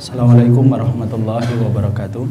Assalamualaikum warahmatullahi wabarakatuh.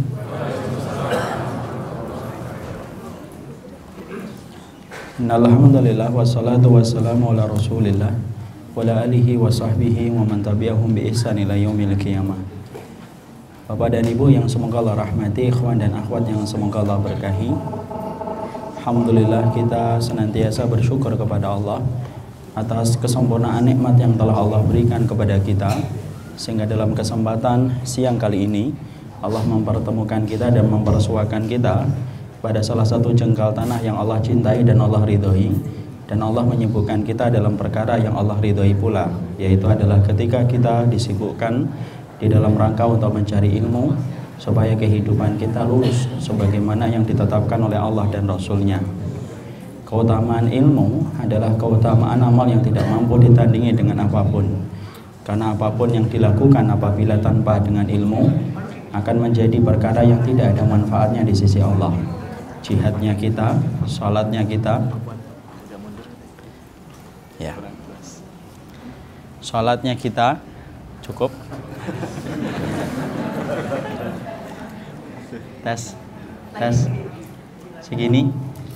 Alhamdulillah wassalatu wassalamu ala rasulillah wa ala alihi wa sahbihi wa man tabi'ahum bi ihsan ila yaumil qiyamah. Bapak dan Ibu yang semoga Allah rahmati, ikhwan dan akhwat yang semoga Allah berkahi. Alhamdulillah kita senantiasa bersyukur kepada Allah atas kesempurnaan nikmat yang telah Allah berikan kepada kita, sehingga dalam kesempatan siang kali ini Allah mempertemukan kita dan mempersuakan kita pada salah satu jengkal tanah yang Allah cintai dan Allah ridhoi, dan Allah menyibukkan kita dalam perkara yang Allah ridhoi pula, yaitu adalah ketika kita disibukkan di dalam rangka untuk mencari ilmu supaya kehidupan kita lurus sebagaimana yang ditetapkan oleh Allah dan Rasul-Nya. Keutamaan ilmu adalah keutamaan amal yang tidak mampu ditandingi dengan apapun, karena apapun yang dilakukan apabila tanpa dengan ilmu akan menjadi perkara yang tidak ada manfaatnya di sisi Allah. Jihadnya kita, sholatnya kita, ya, sholatnya kita cukup. Tes segini.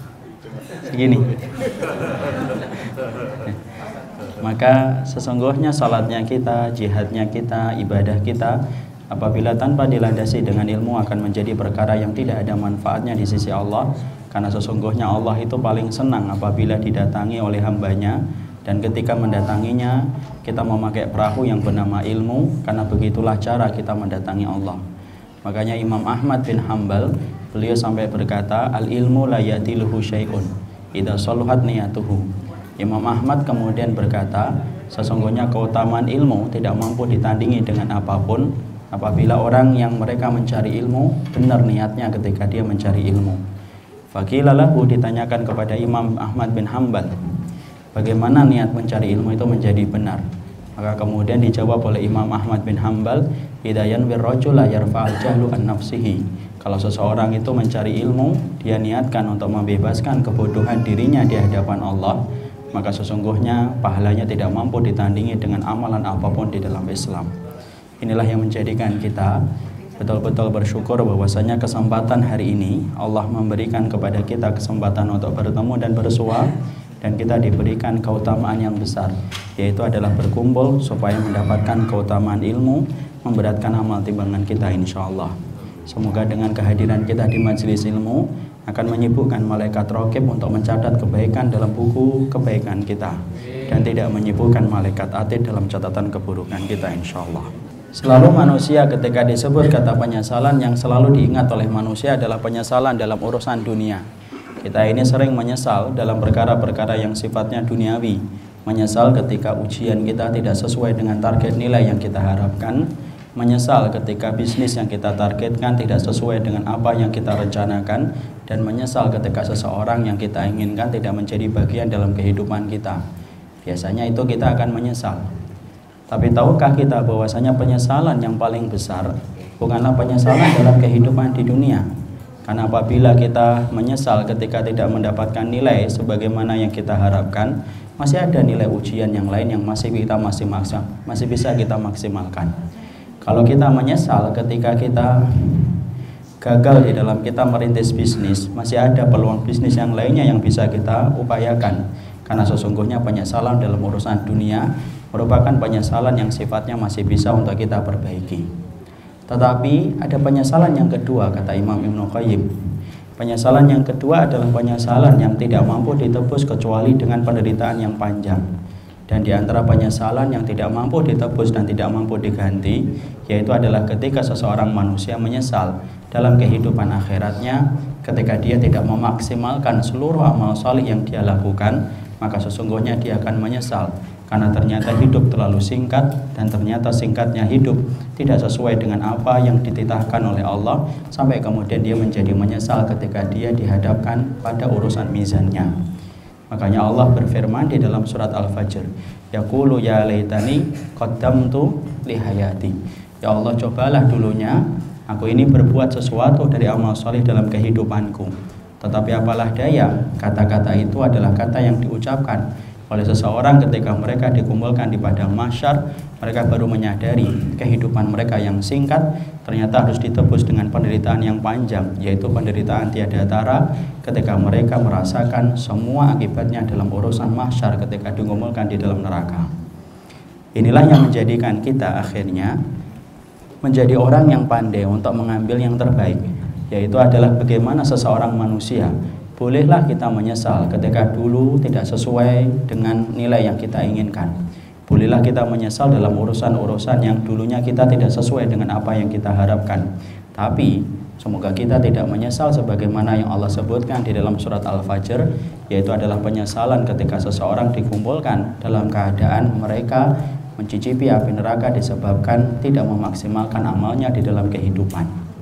Maka sesungguhnya sholatnya kita, jihadnya kita, ibadah kita apabila tanpa dilandasi dengan ilmu akan menjadi perkara yang tidak ada manfaatnya di sisi Allah, karena sesungguhnya Allah itu paling senang apabila didatangi oleh hambanya, dan ketika mendatanginya kita memakai perahu yang bernama ilmu, karena begitulah cara kita mendatangi Allah. Makanya Imam Ahmad bin Hanbal, beliau sampai berkata, al ilmu la yatiluhu syai'un idza saluhat niyatuhu. Imam Ahmad kemudian berkata, sesungguhnya keutamaan ilmu tidak mampu ditandingi dengan apapun apabila orang yang mereka mencari ilmu benar niatnya ketika dia mencari ilmu. Faqilalahu, ditanyakan kepada Imam Ahmad bin Hanbal, bagaimana niat mencari ilmu itu menjadi benar? Maka kemudian dijawab oleh Imam Ahmad bin Hanbal, hidayan wirrajula yarfa'al jahlu an nafsihi. Kalau seseorang itu mencari ilmu, dia niatkan untuk membebaskan kebodohan dirinya di hadapan Allah, maka sesungguhnya pahalanya tidak mampu ditandingi dengan amalan apapun di dalam Islam. Inilah yang menjadikan kita betul-betul bersyukur bahwasanya kesempatan hari ini Allah memberikan kepada kita kesempatan untuk bertemu dan bersua, dan kita diberikan keutamaan yang besar, yaitu adalah berkumpul supaya mendapatkan keutamaan ilmu, memberatkan amal timbangan kita insyaallah. Semoga dengan kehadiran kita di majelis ilmu akan menyibukkan malaikat raqib untuk mencatat kebaikan dalam buku kebaikan kita, dan tidak menyibukkan malaikat atid dalam catatan keburukan kita insyaallah. Selalu manusia ketika disebut kata penyesalan, yang selalu diingat oleh manusia adalah penyesalan dalam urusan dunia. Kita ini sering menyesal dalam perkara-perkara yang sifatnya duniawi, menyesal ketika ujian kita tidak sesuai dengan target nilai yang kita harapkan, menyesal ketika bisnis yang kita targetkan tidak sesuai dengan apa yang kita rencanakan, dan menyesal ketika seseorang yang kita inginkan tidak menjadi bagian dalam kehidupan kita. Biasanya itu kita akan menyesal. Tapi tahukah kita bahwasanya penyesalan yang paling besar bukanlah penyesalan dalam kehidupan di dunia? Karena apabila kita menyesal ketika tidak mendapatkan nilai sebagaimana yang kita harapkan, masih ada nilai ujian yang lain yang masih bisa kita maksimalkan. Kalau kita menyesal ketika kita gagal di dalam kita merintis bisnis, masih ada peluang bisnis yang lainnya yang bisa kita upayakan. Karena sesungguhnya penyesalan dalam urusan dunia merupakan penyesalan yang sifatnya masih bisa untuk kita perbaiki. Tetapi ada penyesalan yang kedua, kata Imam Ibnu Qayyim. Penyesalan yang kedua adalah penyesalan yang tidak mampu ditebus kecuali dengan penderitaan yang panjang. Dan di antara penyesalan yang tidak mampu ditebus dan tidak mampu diganti, yaitu adalah ketika seseorang manusia menyesal dalam kehidupan akhiratnya ketika dia tidak memaksimalkan seluruh amal salih yang dia lakukan, maka sesungguhnya dia akan menyesal karena ternyata hidup terlalu singkat, dan ternyata singkatnya hidup tidak sesuai dengan apa yang dititahkan oleh Allah, sampai kemudian dia menjadi menyesal ketika dia dihadapkan pada urusan mizannya. Makanya Allah berfirman di dalam surat Al-Fajr, yaqulu ya laitani qaddamtu li hayati. Ya Allah, cobalah dulunya aku ini berbuat sesuatu dari amal soleh dalam kehidupanku. Tetapi apalah daya, kata-kata itu adalah kata yang diucapkan oleh seseorang ketika mereka dikumpulkan di padang mahsyar. Mereka baru menyadari kehidupan mereka yang singkat ternyata harus ditebus dengan penderitaan yang panjang, yaitu penderitaan tiada tara ketika mereka merasakan semua akibatnya dalam urusan mahsyar ketika dikumpulkan di dalam neraka. Inilah yang menjadikan kita akhirnya menjadi orang yang pandai untuk mengambil yang terbaik, yaitu adalah bagaimana seseorang manusia. Bolehlah kita menyesal ketika dulu tidak sesuai dengan nilai yang kita inginkan. Bolehlah kita menyesal dalam urusan-urusan yang dulunya kita tidak sesuai dengan apa yang kita harapkan. Tapi semoga kita tidak menyesal sebagaimana yang Allah sebutkan di dalam surat Al-Fajr, yaitu adalah penyesalan ketika seseorang dikumpulkan dalam keadaan mereka mencicipi api neraka disebabkan tidak memaksimalkan amalnya di dalam kehidupan.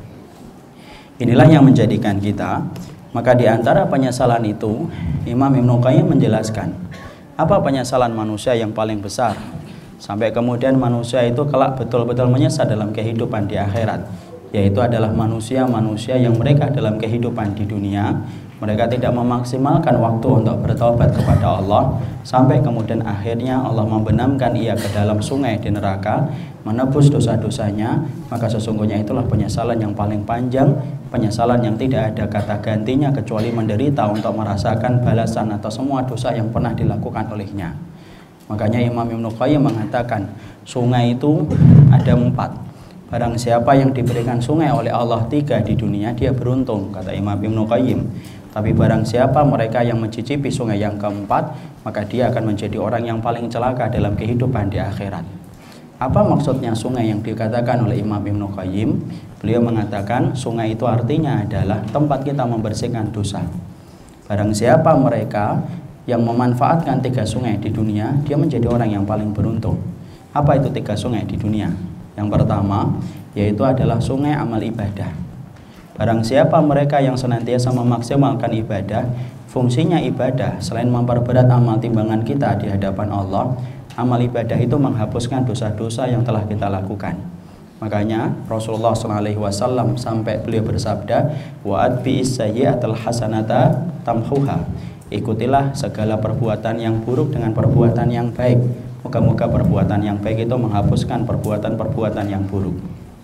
Inilah yang menjadikan kita, maka di antara penyesalan itu Imam Ibnu Qayyim menjelaskan apa penyesalan manusia yang paling besar, sampai kemudian manusia itu kelak betul-betul menyesal dalam kehidupan di akhirat, yaitu adalah manusia-manusia yang mereka dalam kehidupan di dunia mereka tidak memaksimalkan waktu untuk bertobat kepada Allah, sampai kemudian akhirnya Allah membenamkan ia ke dalam sungai di neraka, menebus dosa-dosanya. Maka sesungguhnya itulah penyesalan yang paling panjang, penyesalan yang tidak ada kata gantinya kecuali menderita untuk merasakan balasan atas semua dosa yang pernah dilakukan olehnya. Makanya Imam Ibnu Qayyim mengatakan sungai itu ada 4. Barang siapa yang diberikan sungai oleh Allah 3 di dunia, dia beruntung, kata Imam Ibnu Qayyim. Tapi barang siapa mereka yang mencicipi sungai yang keempat, maka dia akan menjadi orang yang paling celaka dalam kehidupan di akhirat. Apa maksudnya sungai yang dikatakan oleh Imam Ibnu Qayyim? Beliau mengatakan sungai itu artinya adalah tempat kita membersihkan dosa. Barang siapa mereka yang memanfaatkan 3 sungai di dunia, dia menjadi orang yang paling beruntung. Apa itu 3 sungai di dunia? Yang pertama yaitu adalah sungai amal ibadah. Barang siapa mereka yang senantiasa memaksimalkan ibadah, fungsinya ibadah selain memperberat amal timbangan kita di hadapan Allah, amal ibadah itu menghapuskan dosa-dosa yang telah kita lakukan. Makanya Rasulullah SAW sampai beliau bersabda, wa atbi'is sayyi'atal hasanata tamhuha. Ikutilah segala perbuatan yang buruk dengan perbuatan yang baik. Moga-moga perbuatan yang baik itu menghapuskan perbuatan-perbuatan yang buruk.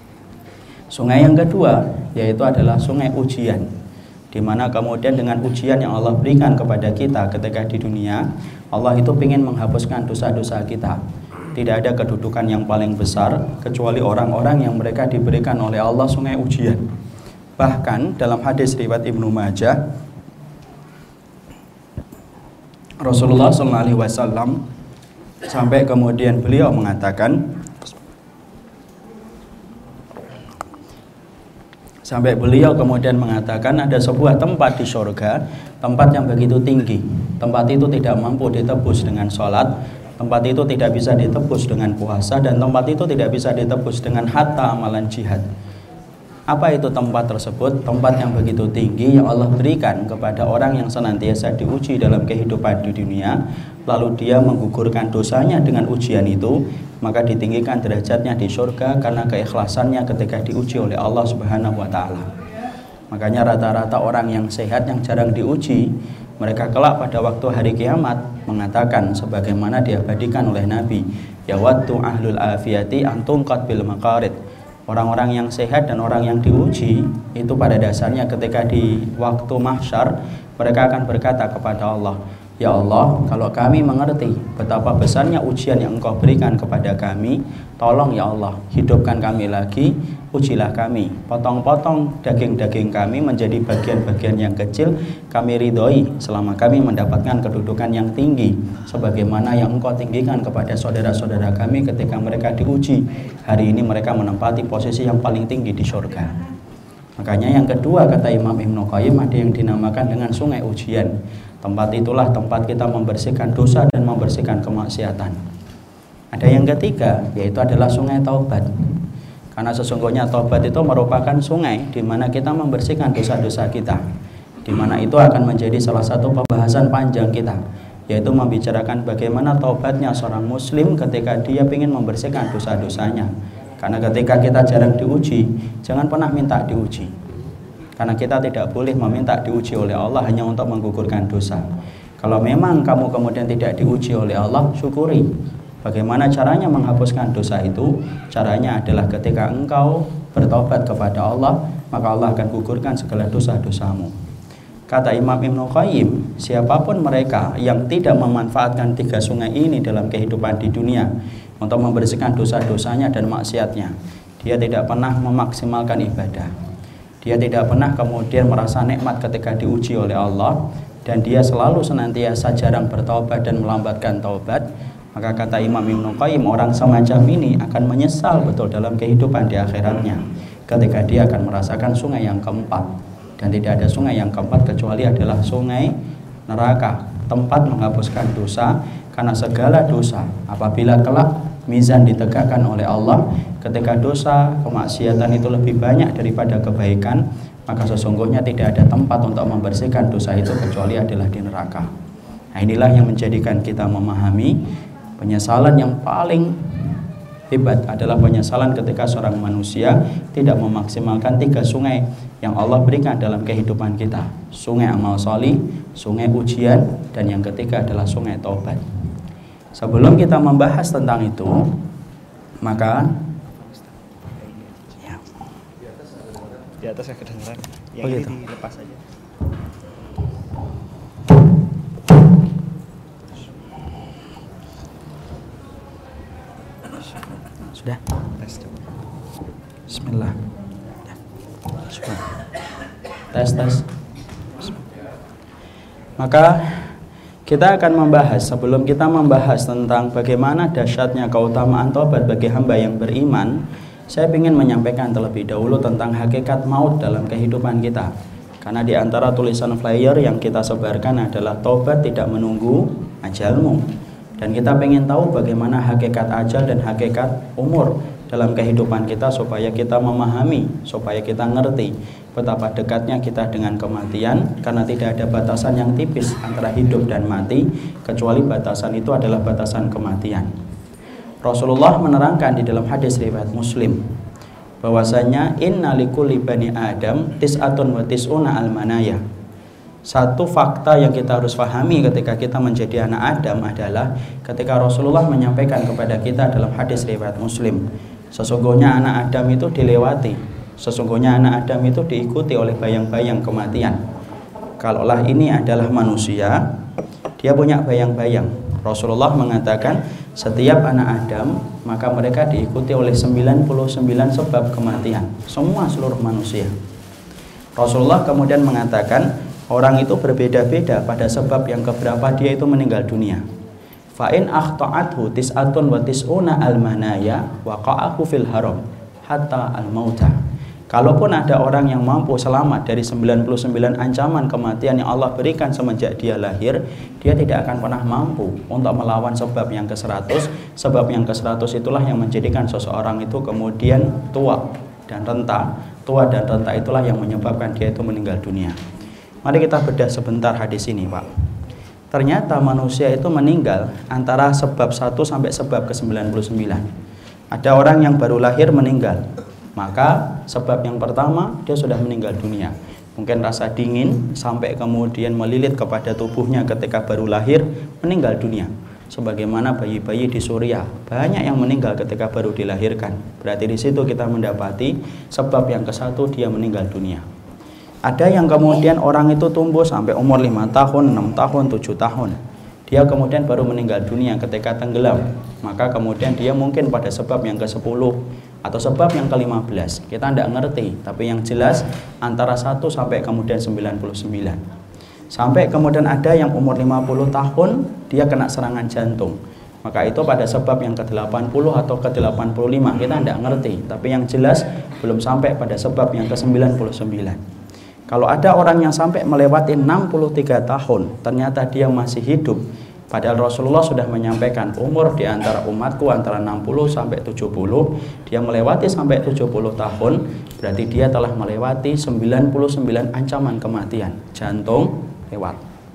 Sungai yang kedua yaitu adalah sungai ujian, di mana kemudian dengan ujian yang Allah berikan kepada kita ketika di dunia, Allah itu ingin menghapuskan dosa-dosa kita. Tidak ada kedudukan yang paling besar kecuali orang-orang yang mereka diberikan oleh Allah sungai ujian. Bahkan dalam hadis riwayat Ibnu Majah, Rasulullah SAW sampai kemudian beliau mengatakan, ada sebuah tempat di surga, tempat yang begitu tinggi. Tempat itu tidak mampu ditebus dengan sholat, tempat itu tidak bisa ditebus dengan puasa, dan tempat itu tidak bisa ditebus dengan hatta amalan jihad. Apa itu tempat tersebut? Tempat yang begitu tinggi yang Allah berikan kepada orang yang senantiasa diuji dalam kehidupan di dunia, lalu dia menggugurkan dosanya dengan ujian itu, maka ditinggikan derajatnya di surga karena keikhlasannya ketika diuji oleh Allah Subhanahu wa ta'ala. Makanya rata-rata orang yang sehat yang jarang diuji, mereka kelak pada waktu hari kiamat mengatakan sebagaimana diabadikan oleh Nabi, yawaddu ahlul afiyati antungqat bil maqarid. Orang-orang yang sehat dan orang yang diuji itu pada dasarnya ketika di waktu mahsyar mereka akan berkata kepada Allah, ya Allah, kalau kami mengerti betapa besarnya ujian yang Engkau berikan kepada kami, tolong ya Allah, hidupkan kami lagi, ujilah kami, potong-potong daging-daging kami menjadi bagian-bagian yang kecil, kami ridhoi selama kami mendapatkan kedudukan yang tinggi sebagaimana yang Engkau tinggikan kepada saudara-saudara kami ketika mereka diuji. Hari ini mereka menempati posisi yang paling tinggi di surga. Makanya yang kedua, kata Imam Ibnu Qayyim, ada yang dinamakan dengan sungai ujian. Tempat itulah tempat kita membersihkan dosa dan membersihkan kemaksiatan. Ada yang ketiga, yaitu adalah sungai taubat. Karena sesungguhnya taubat itu merupakan sungai di mana kita membersihkan dosa-dosa kita, di mana itu akan menjadi salah satu pembahasan panjang kita, yaitu membicarakan bagaimana taubatnya seorang muslim ketika dia ingin membersihkan dosa-dosanya. Karena ketika kita jarang diuji, jangan pernah minta diuji. Karena kita tidak boleh meminta diuji oleh Allah hanya untuk menggugurkan dosa. Kalau memang kamu kemudian tidak diuji oleh Allah, syukuri. Bagaimana caranya menghapuskan dosa itu? Caranya adalah ketika engkau bertobat kepada Allah, maka Allah akan gugurkan segala dosa-dosamu. Kata Imam Ibnu Qayyim, siapapun mereka yang tidak memanfaatkan 3 sungai ini dalam kehidupan di dunia untuk membersihkan dosa-dosanya dan maksiatnya, dia tidak pernah memaksimalkan ibadah. Dia tidak pernah kemudian merasa nikmat ketika diuji oleh Allah, dan dia selalu senantiasa jarang bertaubat dan melambatkan taubat. Maka kata Imam Ibnu Qayyim, orang semacam ini akan menyesal betul dalam kehidupan di akhiratnya ketika dia akan merasakan sungai yang keempat. Dan tidak ada sungai yang keempat kecuali adalah sungai neraka, tempat menghapuskan dosa. Karena segala dosa apabila kelak mizan ditegakkan oleh Allah, ketika dosa kemaksiatan itu lebih banyak daripada kebaikan, maka sesungguhnya tidak ada tempat untuk membersihkan dosa itu kecuali adalah di neraka. Nah, inilah yang menjadikan kita memahami penyesalan yang paling hebat adalah penyesalan ketika seorang manusia tidak memaksimalkan 3 sungai yang Allah berikan dalam kehidupan kita. Sungai amal sholih, sungai ujian, dan yang ketiga adalah sungai taubat. Sebelum kita membahas tentang itu, maka di atas saya kedengeran. Yang gitu. ini dilepas aja. Sudah? Tes coba. Bismillah. Tes. Maka kita akan membahas, sebelum kita membahas tentang bagaimana dahsyatnya keutamaan taubat bagi hamba yang beriman, saya ingin menyampaikan terlebih dahulu tentang hakikat maut dalam kehidupan kita. Karena di antara tulisan flyer yang kita sebarkan adalah taubat tidak menunggu ajalmu. Dan kita ingin tahu bagaimana hakikat ajal dan hakikat umur dalam kehidupan kita, supaya kita memahami, supaya kita ngerti betapa dekatnya kita dengan kematian. Karena tidak ada batasan yang tipis antara hidup dan mati, kecuali batasan itu adalah batasan kematian. Rasulullah menerangkan di dalam hadis riwayat Muslim bahwasanya inna likulli bani Adam tis'atun wa tis'una almanaya. Satu fakta yang kita harus pahami ketika kita menjadi anak Adam adalah ketika Rasulullah menyampaikan kepada kita dalam hadis riwayat Muslim, sesungguhnya anak Adam itu dilewati, sesungguhnya anak Adam itu diikuti oleh bayang-bayang kematian. Kalaulah ini adalah manusia, dia punya bayang-bayang. Rasulullah mengatakan setiap anak Adam maka mereka diikuti oleh 99 sebab kematian, semua seluruh manusia. Rasulullah kemudian mengatakan orang itu berbeda-beda pada sebab yang keberapa dia itu meninggal dunia. Fa in akhta'athu tis'atun wa tis'una almanaya waqa'ahu fil haram hatta al-mauta. Kalaupun ada orang yang mampu selamat dari 99 ancaman kematian yang Allah berikan semenjak dia lahir, dia tidak akan pernah mampu untuk melawan sebab yang ke-100. Sebab yang ke-100 itulah yang menjadikan seseorang itu kemudian tua dan renta. Tua dan renta itulah yang menyebabkan dia itu meninggal dunia. Mari kita bedah sebentar hadis ini, Pak. Ternyata manusia itu meninggal antara sebab 1 sampai sebab ke-99. Ada orang yang baru lahir meninggal, maka sebab yang pertama dia sudah meninggal dunia. Mungkin rasa dingin sampai kemudian melilit kepada tubuhnya ketika baru lahir, meninggal dunia. Sebagaimana bayi-bayi di Suriah, banyak yang meninggal ketika baru dilahirkan. Berarti di situ kita mendapati sebab yang ke-1 dia meninggal dunia. Ada yang kemudian orang itu tumbuh sampai umur 5 tahun, 6 tahun, 7 tahun. Dia kemudian baru meninggal dunia ketika tenggelam. Maka kemudian dia mungkin pada sebab yang ke-10 atau sebab yang ke-15. Kita tidak ngerti, tapi yang jelas antara 1 sampai kemudian 99. Sampai kemudian ada yang umur 50 tahun dia kena serangan jantung. Maka itu pada sebab yang ke-80 atau ke-85. Kita tidak ngerti, tapi yang jelas belum sampai pada sebab yang ke-99. Kalau ada orang yang sampai melewati 63 tahun, ternyata dia masih hidup. Padahal Rasulullah sudah menyampaikan umur di antara umatku antara 60 sampai 70. Dia melewati sampai 70 tahun, berarti dia telah melewati 99 ancaman kematian. Jantung lewat,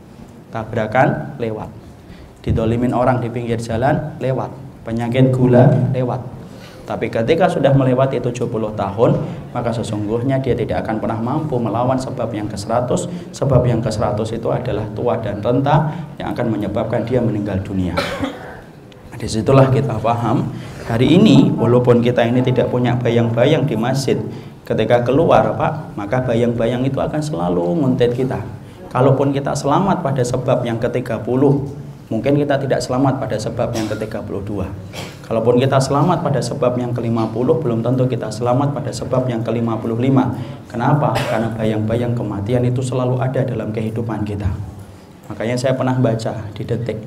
tabrakan lewat, didolimin orang di pinggir jalan lewat, penyakit gula lewat, Tapi ketika sudah melewati 70 tahun, maka sesungguhnya dia tidak akan pernah mampu melawan sebab yang ke-100. Sebab yang ke-100 itu adalah tua dan renta yang akan menyebabkan dia meninggal dunia. Disitulah kita paham, hari ini walaupun kita ini tidak punya bayang-bayang di masjid, ketika keluar Pak, maka bayang-bayang itu akan selalu nguntit kita. Kalaupun kita selamat pada sebab yang ke-30, mungkin kita tidak selamat pada sebab yang ke-32. Kalaupun kita selamat pada sebab yang ke-50, belum tentu kita selamat pada sebab yang ke-55. Kenapa? Karena bayang-bayang kematian itu selalu ada dalam kehidupan kita. Makanya saya pernah baca di Detik,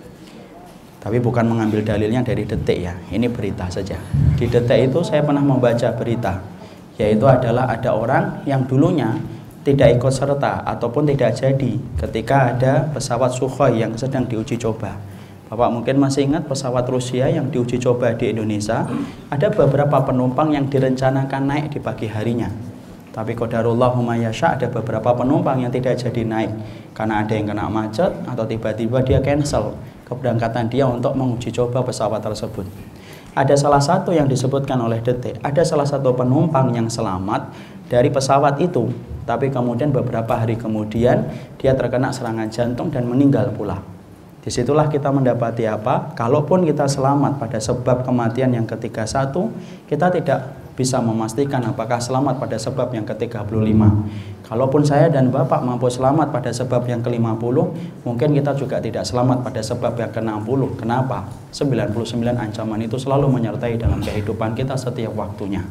tapi bukan mengambil dalilnya dari Detik ya, ini berita saja. Di Detik itu saya pernah membaca berita, yaitu adalah ada orang yang dulunya tidak ikut serta ataupun tidak jadi ketika ada pesawat Sukhoi yang sedang diuji coba. Bapak mungkin masih ingat pesawat Rusia yang diuji coba di Indonesia. Ada beberapa penumpang yang direncanakan naik di pagi harinya, tapi qadarullah ma yasha, ada beberapa penumpang yang tidak jadi naik karena ada yang kena macet atau tiba-tiba dia cancel keberangkatan dia untuk menguji coba pesawat tersebut. Ada salah satu yang disebutkan oleh Detik, ada salah satu penumpang yang selamat dari pesawat itu, tapi kemudian beberapa hari kemudian dia terkena serangan jantung dan meninggal pula. Disitulah kita mendapati apa? Kalaupun kita selamat pada sebab kematian yang ke-31, kita tidak bisa memastikan apakah selamat pada sebab yang ke-35. Kalaupun saya dan Bapak mampu selamat pada sebab yang ke-50, mungkin kita juga tidak selamat pada sebab yang ke-60. Kenapa? 99 ancaman itu selalu menyertai dalam kehidupan kita setiap waktunya.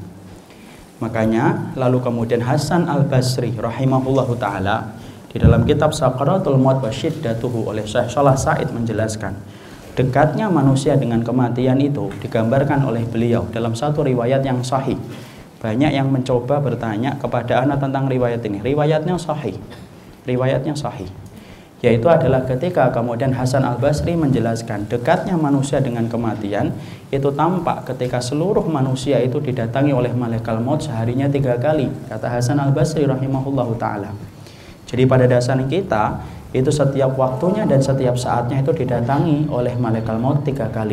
Makanya lalu kemudian Hasan Al-Basri rahimahullahu ta'ala di dalam kitab Sakaratul Maut wa Syiddatuhu oleh Syekh Shalih Said menjelaskan, dekatnya manusia dengan kematian itu digambarkan oleh beliau dalam satu riwayat yang sahih. Banyak yang mencoba bertanya kepada anak tentang riwayat ini. Riwayatnya sahih. Riwayatnya sahih. Yaitu adalah ketika kemudian Hasan Al-Basri menjelaskan dekatnya manusia dengan kematian itu tampak ketika seluruh manusia itu didatangi oleh malaikat maut seharinya 3 kali. Kata Hasan Al-Basri rahimahullahu ta'ala. Jadi pada dasarnya kita itu setiap waktunya dan setiap saatnya itu didatangi oleh malaikat maut 3 kali.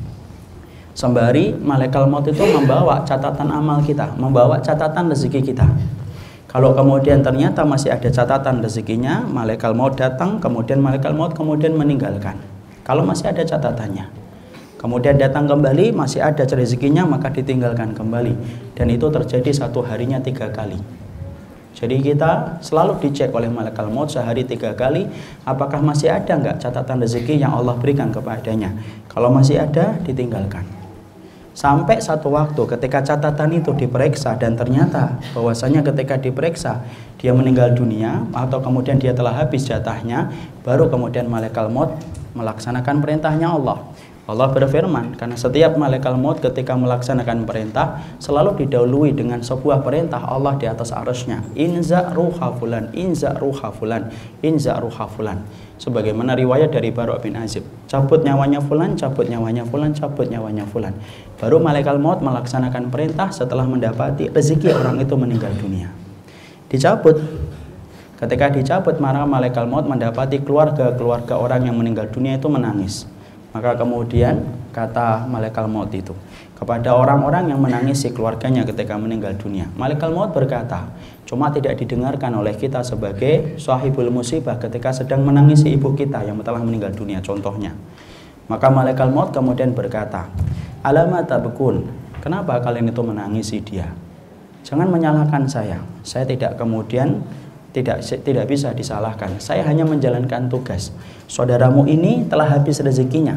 Sembari malaikat maut itu membawa catatan amal kita, membawa catatan rezeki kita. Kalau kemudian ternyata masih ada catatan rezekinya, malaikat maut datang, kemudian malaikat maut kemudian meninggalkan. Kalau masih ada catatannya, kemudian datang kembali, masih ada rezekinya, maka ditinggalkan kembali. Dan itu terjadi satu harinya 3 kali. Jadi kita selalu dicek oleh malaikat maut sehari 3 kali, apakah masih ada enggak catatan rezeki yang Allah berikan kepadanya. Kalau masih ada, ditinggalkan. Sampai satu waktu ketika catatan itu diperiksa dan ternyata bahwasanya ketika diperiksa dia meninggal dunia atau kemudian dia telah habis jatahnya, baru kemudian malaikat maut melaksanakan perintahnya Allah. Allah berfirman, karena setiap malaikat maut ketika melaksanakan perintah selalu didahului dengan sebuah perintah Allah di atas arsy-Nya. Inza ruha fulan, inza ruha fulan, inza ruha fulan. Sebagaimana riwayat dari Barok bin Azib, cabut nyawanya fulan, cabut nyawanya fulan, cabut nyawanya fulan. Baru malaikat maut melaksanakan perintah setelah mendapati rezeki orang itu meninggal dunia. Dicabut. Ketika dicabut, maka malaikat maut mendapati keluarga orang yang meninggal dunia itu menangis. Maka kemudian kata malaikat maut itu kepada orang-orang yang menangisi keluarganya ketika meninggal dunia, malaikat maut berkata, cuma tidak didengarkan oleh kita sebagai sahibul musibah ketika sedang menangisi ibu kita yang telah meninggal dunia contohnya. Maka malaikat maut kemudian berkata, alamat tabkun, kenapa kalian itu menangisi dia? Jangan menyalahkan saya tidak kemudian tidak bisa disalahkan. Saya hanya menjalankan tugas. Saudaramu ini telah habis rezekinya.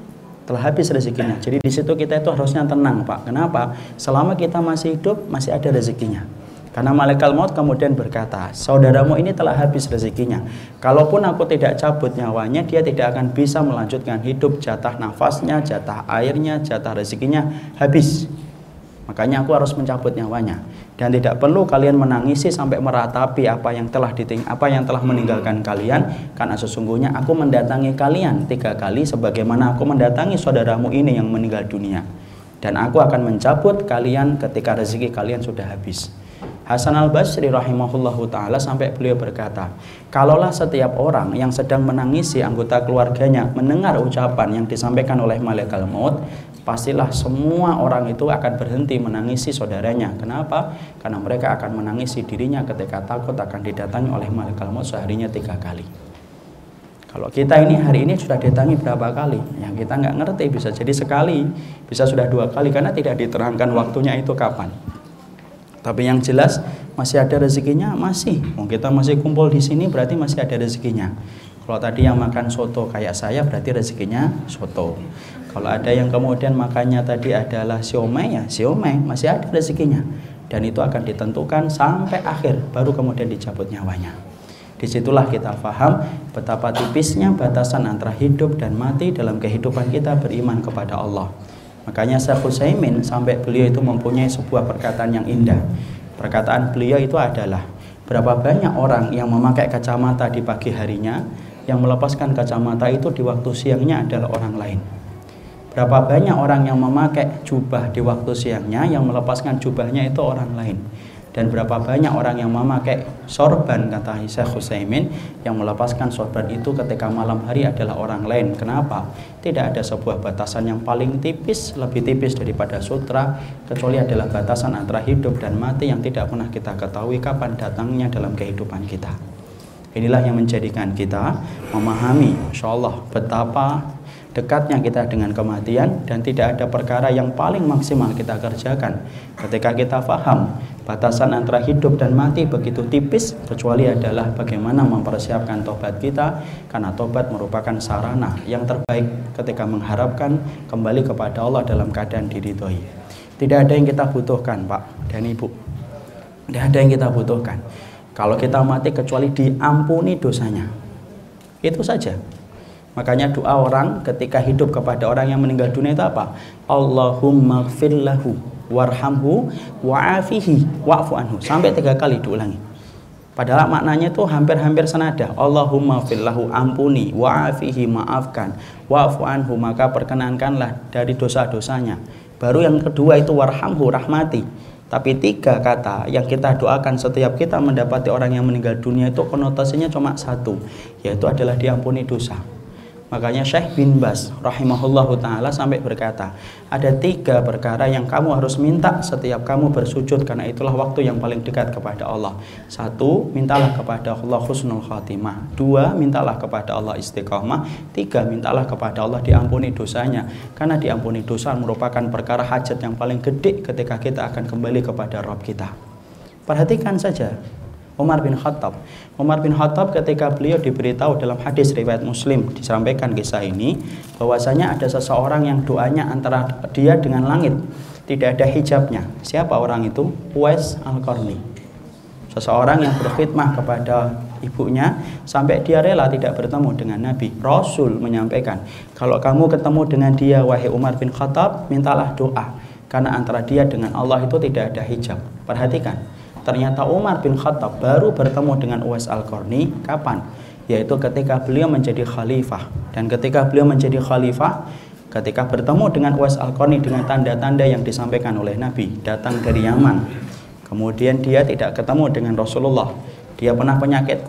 Jadi di situ kita itu harusnya tenang, Pak. Kenapa? Selama kita masih hidup, masih ada rezekinya. Karena malaikat maut kemudian berkata, saudaramu ini telah habis rezekinya. Kalaupun aku tidak cabut nyawanya, dia tidak akan bisa melanjutkan hidup. Jatah nafasnya, jatah airnya, jatah rezekinya habis. Makanya aku harus mencabut nyawanya. Dan tidak perlu kalian menangisi sampai meratapi apa yang telah meninggalkan kalian, karena sesungguhnya aku mendatangi kalian 3 kali sebagaimana aku mendatangi saudaramu ini yang meninggal dunia. Dan aku akan mencabut kalian ketika rezeki kalian sudah habis. Hasan Al-Basri rahimahullahu ta'ala sampai beliau berkata, kalaulah setiap orang yang sedang menangisi anggota keluarganya mendengar ucapan yang disampaikan oleh malaikat maut, pastilah semua orang itu akan berhenti menangisi saudaranya. Kenapa? Karena mereka akan menangisi dirinya ketika takut akan didatangi oleh malaikat maut seharinya 3 kali. Kalau kita ini hari ini sudah didatangi berapa kali? Yang kita nggak ngerti, bisa jadi sekali, bisa sudah 2 kali, karena tidak diterangkan waktunya itu kapan. Tapi yang jelas masih ada rezekinya, masih. Kita masih kumpul di sini berarti masih ada rezekinya. Kalau tadi yang makan soto kayak saya berarti rezekinya soto. Kalau ada yang kemudian makannya tadi adalah siomay, ya siomay, masih ada rezekinya. Dan itu akan ditentukan sampai akhir, baru kemudian dicabut nyawanya. Disitulah kita paham betapa tipisnya batasan antara hidup dan mati dalam kehidupan kita beriman kepada Allah. Makanya Syekh Utsaimin sampai beliau itu mempunyai sebuah perkataan yang indah. Perkataan beliau itu adalah, berapa banyak orang yang memakai kacamata di pagi harinya, yang melepaskan kacamata itu di waktu siangnya adalah orang lain. Berapa banyak orang yang memakai jubah di waktu siangnya, yang melepaskan jubahnya itu orang lain. Dan berapa banyak orang yang memakai sorban, kata Syekh Utsaimin, yang melepaskan sorban itu ketika malam hari adalah orang lain. Kenapa? Tidak ada sebuah batasan yang paling tipis, lebih tipis daripada sutra, kecuali adalah batasan antara hidup dan mati yang tidak pernah kita ketahui kapan datangnya dalam kehidupan kita. Inilah yang menjadikan kita memahami, insyaallah, betapa dekatnya kita dengan kematian, dan tidak ada perkara yang paling maksimal kita kerjakan ketika kita paham batasan antara hidup dan mati begitu tipis, kecuali adalah bagaimana mempersiapkan tobat kita, karena tobat merupakan sarana yang terbaik ketika mengharapkan kembali kepada Allah dalam keadaan diridhoi. Tidak ada yang kita butuhkan, Pak dan Ibu, tidak ada yang kita butuhkan kalau kita mati kecuali diampuni dosanya, itu saja. Makanya doa orang ketika hidup kepada orang yang meninggal dunia itu apa? Allahumma ighfir lahu warhamhu wa'afihi wa'fu anhu. Sampai 3 kali diulangi. Padahal maknanya itu hampir-hampir senada. Allahumma ighfir lahu, ampuni, wa'afihi, maafkan, wa'fu anhu, maka perkenankanlah dari dosa-dosanya. Baru yang kedua itu warhamhu, rahmati. Tapi 3 kata yang kita doakan setiap kita mendapati orang yang meninggal dunia itu konotasinya cuma 1, yaitu adalah diampuni dosa. Makanya Syekh bin Baz rahimahullahu ta'ala sampai berkata, ada 3 perkara yang kamu harus minta setiap kamu bersujud, karena itulah waktu yang paling dekat kepada Allah. 1, mintalah kepada Allah husnul khatimah. 2, mintalah kepada Allah istiqamah. 3, mintalah kepada Allah diampuni dosanya, karena diampuni dosa merupakan perkara hajat yang paling gede ketika kita akan kembali kepada Rabb kita. Perhatikan saja Umar bin Khattab. Umar bin Khattab ketika beliau diberitahu dalam hadis riwayat Muslim, disampaikan kisah ini, bahwasanya ada seseorang yang doanya antara dia dengan langit, tidak ada hijabnya. Siapa orang itu? Uwais Al-Qarni. Seseorang yang berkhidmah kepada ibunya sampai dia rela tidak bertemu dengan Nabi. Rasul menyampaikan, kalau kamu ketemu dengan dia, wahai Umar bin Khattab, mintalah doa, karena antara dia dengan Allah itu tidak ada hijab. Perhatikan, ternyata Umar bin Khattab baru bertemu dengan Uwais Al-Qarni kapan? Yaitu ketika beliau menjadi khalifah. Dan ketika beliau menjadi khalifah, ketika bertemu dengan Uwais Al-Qarni dengan tanda-tanda yang disampaikan oleh Nabi, datang dari Yaman. Kemudian dia tidak ketemu dengan Rasulullah. Dia pernah penyakit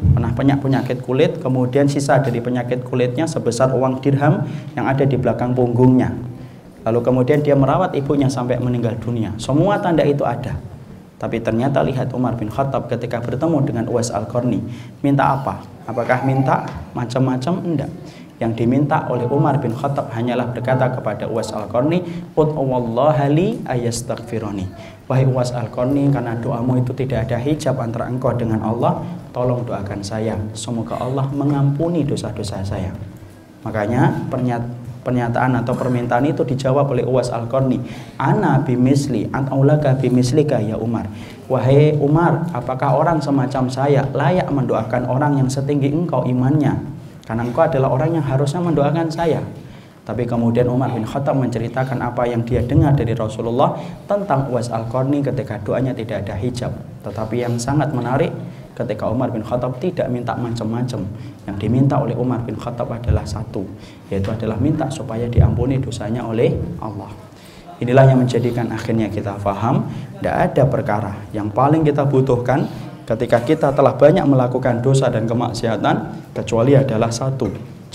kulit, kemudian sisa dari penyakit kulitnya sebesar uang dirham yang ada di belakang punggungnya. Lalu kemudian dia merawat ibunya sampai meninggal dunia. Semua tanda itu ada. Tapi ternyata lihat Umar bin Khattab ketika bertemu dengan Uwais Al-Qarni, minta apa? Apakah minta macam-macam? Enggak. Yang diminta oleh Umar bin Khattab hanyalah berkata kepada Uwais Al-Qarni, ud'uwallaha li ayastaghfiruni. Wahai Uwais Al-Qarni, karena doamu itu tidak ada hijab antara engkau dengan Allah, tolong doakan saya, semoga Allah mengampuni dosa-dosa saya. Makanya pernyataan atau permintaan itu dijawab oleh Uwais Al-Qarni, ana bimisli ataulaka bimislika ya Umar. Wahai Umar, apakah orang semacam saya layak mendoakan orang yang setinggi engkau imannya? Karena engkau adalah orang yang harusnya mendoakan saya. Tapi kemudian Umar bin Khattab menceritakan apa yang dia dengar dari Rasulullah tentang Uwais Al-Qarni ketika doanya tidak ada hijab. Tetapi yang sangat menarik, ketika Umar bin Khattab tidak minta macam-macam. Yang diminta oleh Umar bin Khattab adalah 1, yaitu adalah minta supaya diampuni dosanya oleh Allah. Inilah yang menjadikan akhirnya kita faham, tidak ada perkara yang paling kita butuhkan ketika kita telah banyak melakukan dosa dan kemaksiatan, kecuali adalah 1,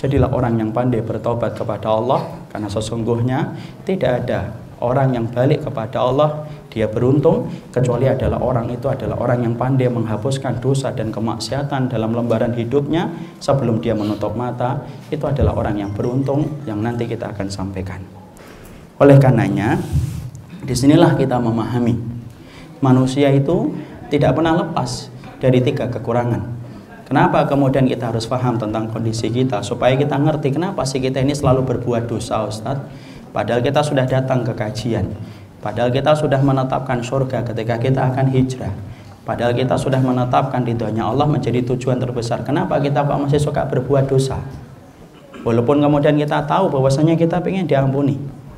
Jadilah orang yang pandai bertobat kepada Allah, karena sesungguhnya tidak ada orang yang balik kepada Allah dia beruntung kecuali adalah orang itu adalah orang yang pandai menghapuskan dosa dan kemaksiatan dalam lembaran hidupnya sebelum dia menutup mata. Itu adalah orang yang beruntung yang nanti kita akan sampaikan. Oleh karenanya, disinilah kita memahami manusia itu tidak pernah lepas dari 3 kekurangan. Kenapa kemudian kita harus paham tentang kondisi kita supaya kita ngerti kenapa sih kita ini selalu berbuat dosa, Ustadz? Padahal kita sudah datang ke kajian, padahal kita sudah menetapkan surga ketika kita akan hijrah, padahal kita sudah menetapkan ridhonya Allah menjadi tujuan terbesar. Kenapa kita kok masih suka berbuat dosa? Walaupun kemudian kita tahu bahwasanya kita ingin diampuni.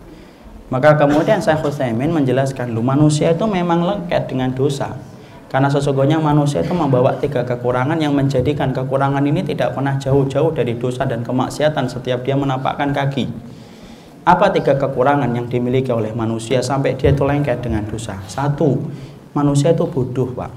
Maka kemudian Syekh Utsaimin menjelaskan, manusia itu memang lengket dengan dosa. Karena sesungguhnya manusia itu membawa 3 kekurangan yang menjadikan kekurangan ini tidak pernah jauh-jauh dari dosa dan kemaksiatan setiap dia menapakkan kaki. Apa 3 kekurangan yang dimiliki oleh manusia sampai dia itu lengket dengan dosa? 1, manusia itu bodoh, Pak.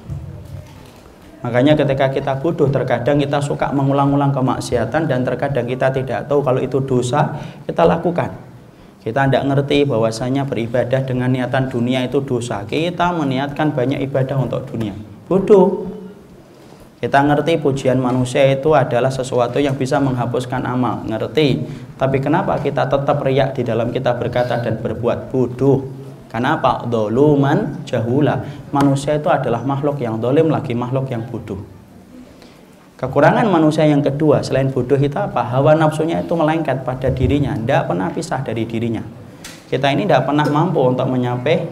Makanya ketika kita bodoh, terkadang kita suka mengulang-ulang kemaksiatan dan terkadang kita tidak tahu kalau itu dosa, kita lakukan. Kita tidak ngerti bahwasanya beribadah dengan niatan dunia itu dosa. Kita meniatkan banyak ibadah untuk dunia. Bodoh. Kita ngerti pujian manusia itu adalah sesuatu yang bisa menghapuskan amal. Ngerti. Tapi kenapa kita tetap riak di dalam kita berkata dan berbuat? Bodoh. Kenapa? Dzuluman jahula. Manusia itu adalah makhluk yang zalim lagi makhluk yang bodoh. Kekurangan manusia yang kedua selain bodoh itu apa? Hawa nafsunya itu melengket pada dirinya, tidak pernah pisah dari dirinya. Kita ini tidak pernah mampu untuk menyapai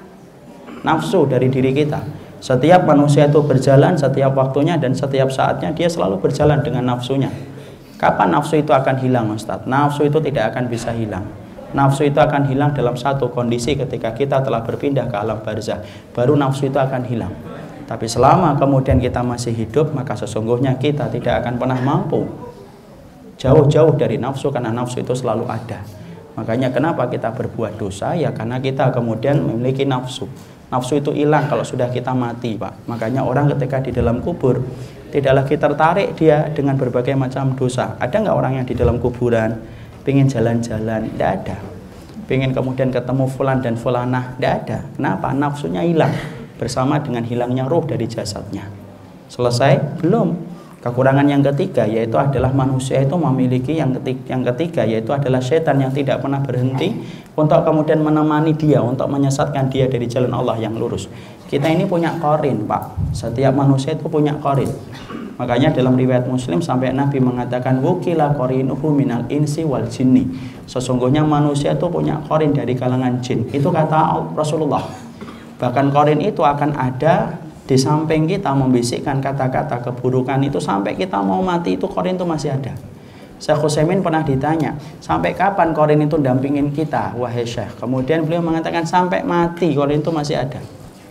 nafsu dari diri kita. Setiap manusia itu berjalan setiap waktunya dan setiap saatnya dia selalu berjalan dengan nafsunya. Kapan nafsu itu akan hilang, Ustadz? Nafsu itu tidak akan bisa hilang. Nafsu itu akan hilang dalam satu kondisi ketika kita telah berpindah ke alam barzah. Baru nafsu itu akan hilang. Tapi selama kemudian kita masih hidup, maka sesungguhnya kita tidak akan pernah mampu jauh-jauh dari nafsu, karena nafsu itu selalu ada. Makanya kenapa kita berbuat dosa? Ya karena kita kemudian memiliki nafsu. Nafsu itu hilang kalau sudah kita mati, Pak. Makanya orang ketika di dalam kubur tidak lagi tertarik dia dengan berbagai macam dosa. Ada nggak orang yang di dalam kuburan pengen jalan-jalan? Tidak ada. Pengen kemudian ketemu fulan dan fulanah? Tidak ada. Kenapa? Nafsunya hilang bersama dengan hilangnya ruh dari jasadnya. Selesai? Belum. Kekurangan yang ketiga yaitu adalah manusia itu memiliki yang ketiga yaitu adalah setan yang tidak pernah berhenti untuk kemudian menemani dia, untuk menyesatkan dia dari jalan Allah yang lurus. Kita ini punya qarin, Pak. Setiap manusia itu punya qarin. Makanya dalam riwayat Muslim sampai Nabi mengatakan wukila qarinuhu minal insi wal jinni. Sesungguhnya manusia itu punya qarin dari kalangan jin. Itu kata Rasulullah. Bahkan qarin itu akan ada di samping kita membisikkan kata-kata keburukan itu sampai kita mau mati, itu qarin itu masih ada. Syekh Utsaimin pernah ditanya, sampai kapan qarin itu dampingin kita, wahai Syekh? Kemudian beliau mengatakan sampai mati qarin itu masih ada.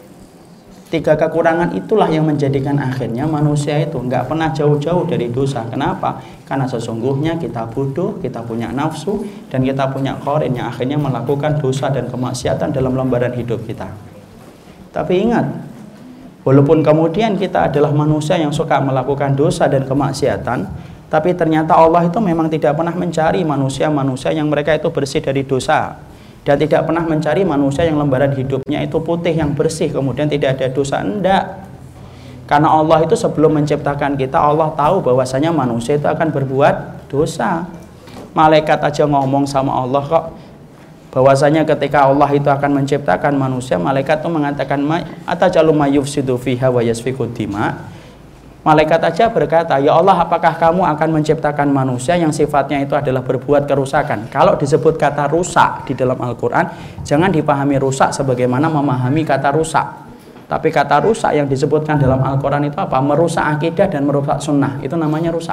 3 kekurangan itulah yang menjadikan akhirnya manusia itu nggak pernah jauh-jauh dari dosa. Kenapa? Karena sesungguhnya kita bodoh, kita punya nafsu, dan kita punya qarin yang akhirnya melakukan dosa dan kemaksiatan dalam lembaran hidup kita. Tapi ingat, walaupun kemudian kita adalah manusia yang suka melakukan dosa dan kemaksiatan, tapi ternyata Allah itu memang tidak pernah mencari manusia-manusia yang mereka itu bersih dari dosa, dan tidak pernah mencari manusia yang lembaran hidupnya itu putih yang bersih kemudian tidak ada dosa. Enggak. Karena Allah itu sebelum menciptakan kita, Allah tahu bahwasanya manusia itu akan berbuat dosa. Malaikat aja ngomong sama Allah kok, bahwasanya ketika Allah itu akan menciptakan manusia, malaikat itu mengatakan atajalu mayyufsidu fiha wa yasfiku dima. Malaikat aja berkata, ya Allah, apakah kamu akan menciptakan manusia yang sifatnya itu adalah berbuat kerusakan? Kalau disebut kata rusak di dalam Al-Quran, jangan dipahami rusak sebagaimana memahami kata rusak. Tapi kata rusak yang disebutkan dalam Al-Quran itu apa? Merusak akidah dan merusak sunnah. Itu namanya rusak.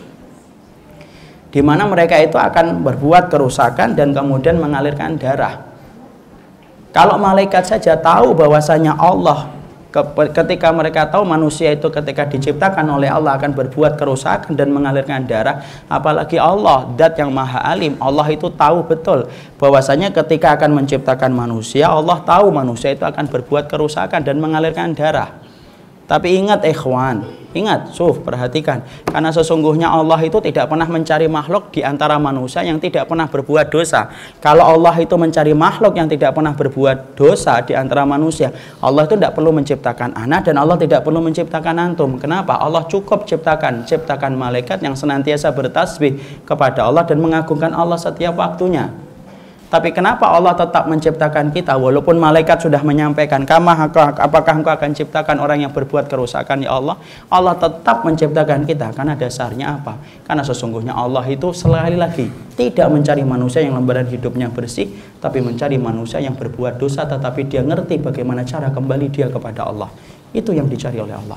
Di mana mereka itu akan berbuat kerusakan dan kemudian mengalirkan darah. Kalau malaikat saja tahu bahwasanya Allah ketika mereka tahu manusia itu ketika diciptakan oleh Allah akan berbuat kerusakan dan mengalirkan darah, apalagi Allah, zat yang maha alim. Allah itu tahu betul bahwasanya ketika akan menciptakan manusia, Allah tahu manusia itu akan berbuat kerusakan dan mengalirkan darah. Tapi ingat ikhwan, ingat, perhatikan. Karena sesungguhnya Allah itu tidak pernah mencari makhluk di antara manusia yang tidak pernah berbuat dosa. Kalau Allah itu mencari makhluk yang tidak pernah berbuat dosa di antara manusia, Allah itu tidak perlu menciptakan ana dan Allah tidak perlu menciptakan antum. Kenapa? Allah cukup ciptakan malaikat yang senantiasa bertasbih kepada Allah dan mengagungkan Allah setiap waktunya. Tapi kenapa Allah tetap menciptakan kita walaupun malaikat sudah menyampaikan, apakah engkau akan ciptakan orang yang berbuat kerusakan ya Allah? Allah tetap menciptakan kita karena dasarnya apa? Karena sesungguhnya Allah itu sekali lagi tidak mencari manusia yang lembaran hidupnya bersih, tapi mencari manusia yang berbuat dosa tetapi dia ngerti bagaimana cara kembali dia kepada Allah. Itu yang dicari oleh Allah.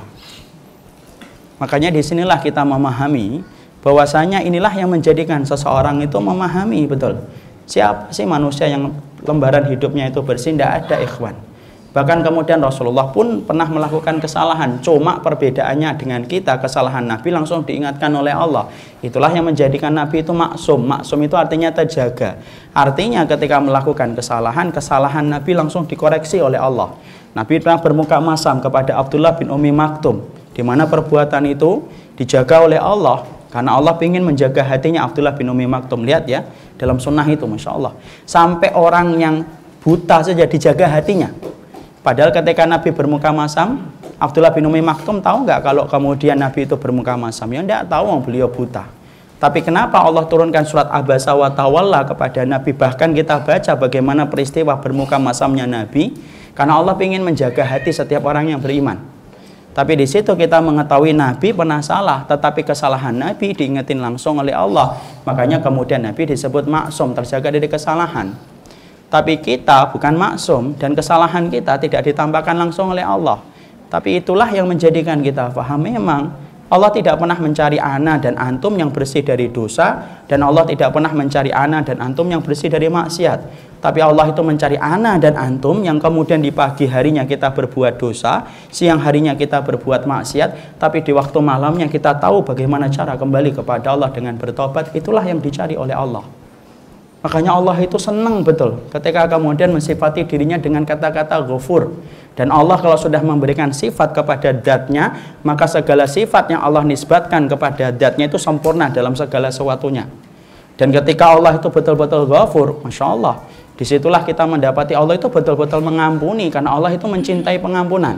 Makanya disinilah kita memahami bahwasanya inilah yang menjadikan seseorang itu memahami betul. Siapa sih manusia yang lembaran hidupnya itu bersih? Tidak ada, ikhwan. Bahkan kemudian Rasulullah pun pernah melakukan kesalahan. Cuma perbedaannya dengan kita, kesalahan Nabi langsung diingatkan oleh Allah. Itulah yang menjadikan Nabi itu maksum. Maksum itu artinya terjaga. Artinya ketika melakukan kesalahan Nabi langsung dikoreksi oleh Allah. Nabi pernah bermuka masam kepada Abdullah bin Ummi Maktum, di mana perbuatan itu dijaga oleh Allah. Karena Allah ingin menjaga hatinya Abdullah bin Ummi Maktum. Lihat ya, dalam sunnah itu, Masya Allah. Sampai orang yang buta saja dijaga hatinya. Padahal ketika Nabi bermuka masam, Abdullah bin Ummi Maktum tahu nggak kalau kemudian Nabi itu bermuka masam? Ya nggak tahu, beliau buta. Tapi kenapa Allah turunkan surat Abasa wa Tawalla kepada Nabi? Bahkan kita baca bagaimana peristiwa bermuka masamnya Nabi. Karena Allah ingin menjaga hati setiap orang yang beriman. Tapi di situ kita mengetahui Nabi pernah salah, tetapi kesalahan Nabi diingetin langsung oleh Allah. Makanya kemudian Nabi disebut maksum, terjaga dari kesalahan. Tapi kita bukan maksum dan kesalahan kita tidak ditambahkan langsung oleh Allah. Tapi itulah yang menjadikan kita paham memang Allah tidak pernah mencari ana dan antum yang bersih dari dosa, dan Allah tidak pernah mencari ana dan antum yang bersih dari maksiat. Tapi Allah itu mencari ana dan antum yang kemudian di pagi harinya kita berbuat dosa, siang harinya kita berbuat maksiat, tapi di waktu malamnya kita tahu bagaimana cara kembali kepada Allah dengan bertobat. Itulah yang dicari oleh Allah. Makanya Allah itu senang betul ketika kemudian mensifati dirinya dengan kata-kata Ghafur. Dan Allah kalau sudah memberikan sifat kepada zatnya, maka segala sifat yang Allah nisbatkan kepada zatnya itu sempurna dalam segala sesuatunya. Dan ketika Allah itu betul-betul Ghafur, Masya Allah, disitulah kita mendapati Allah itu betul-betul mengampuni, karena Allah itu mencintai pengampunan.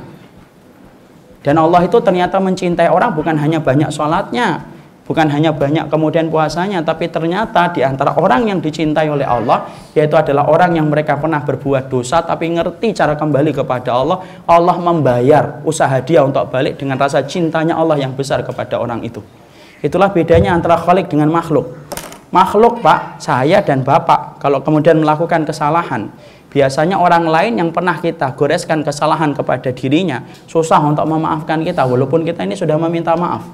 Dan Allah itu ternyata mencintai orang bukan hanya banyak sholatnya, bukan hanya banyak kemudian puasanya, tapi ternyata di antara orang yang dicintai oleh Allah, yaitu adalah orang yang mereka pernah berbuat dosa, tapi ngerti cara kembali kepada Allah. Allah membayar usaha dia untuk balik dengan rasa cintanya Allah yang besar kepada orang itu. Itulah bedanya antara Khalik dengan makhluk. Makhluk, Pak, saya dan Bapak, kalau kemudian melakukan kesalahan, biasanya orang lain yang pernah kita goreskan kesalahan kepada dirinya, susah untuk memaafkan kita, walaupun kita ini sudah meminta maaf.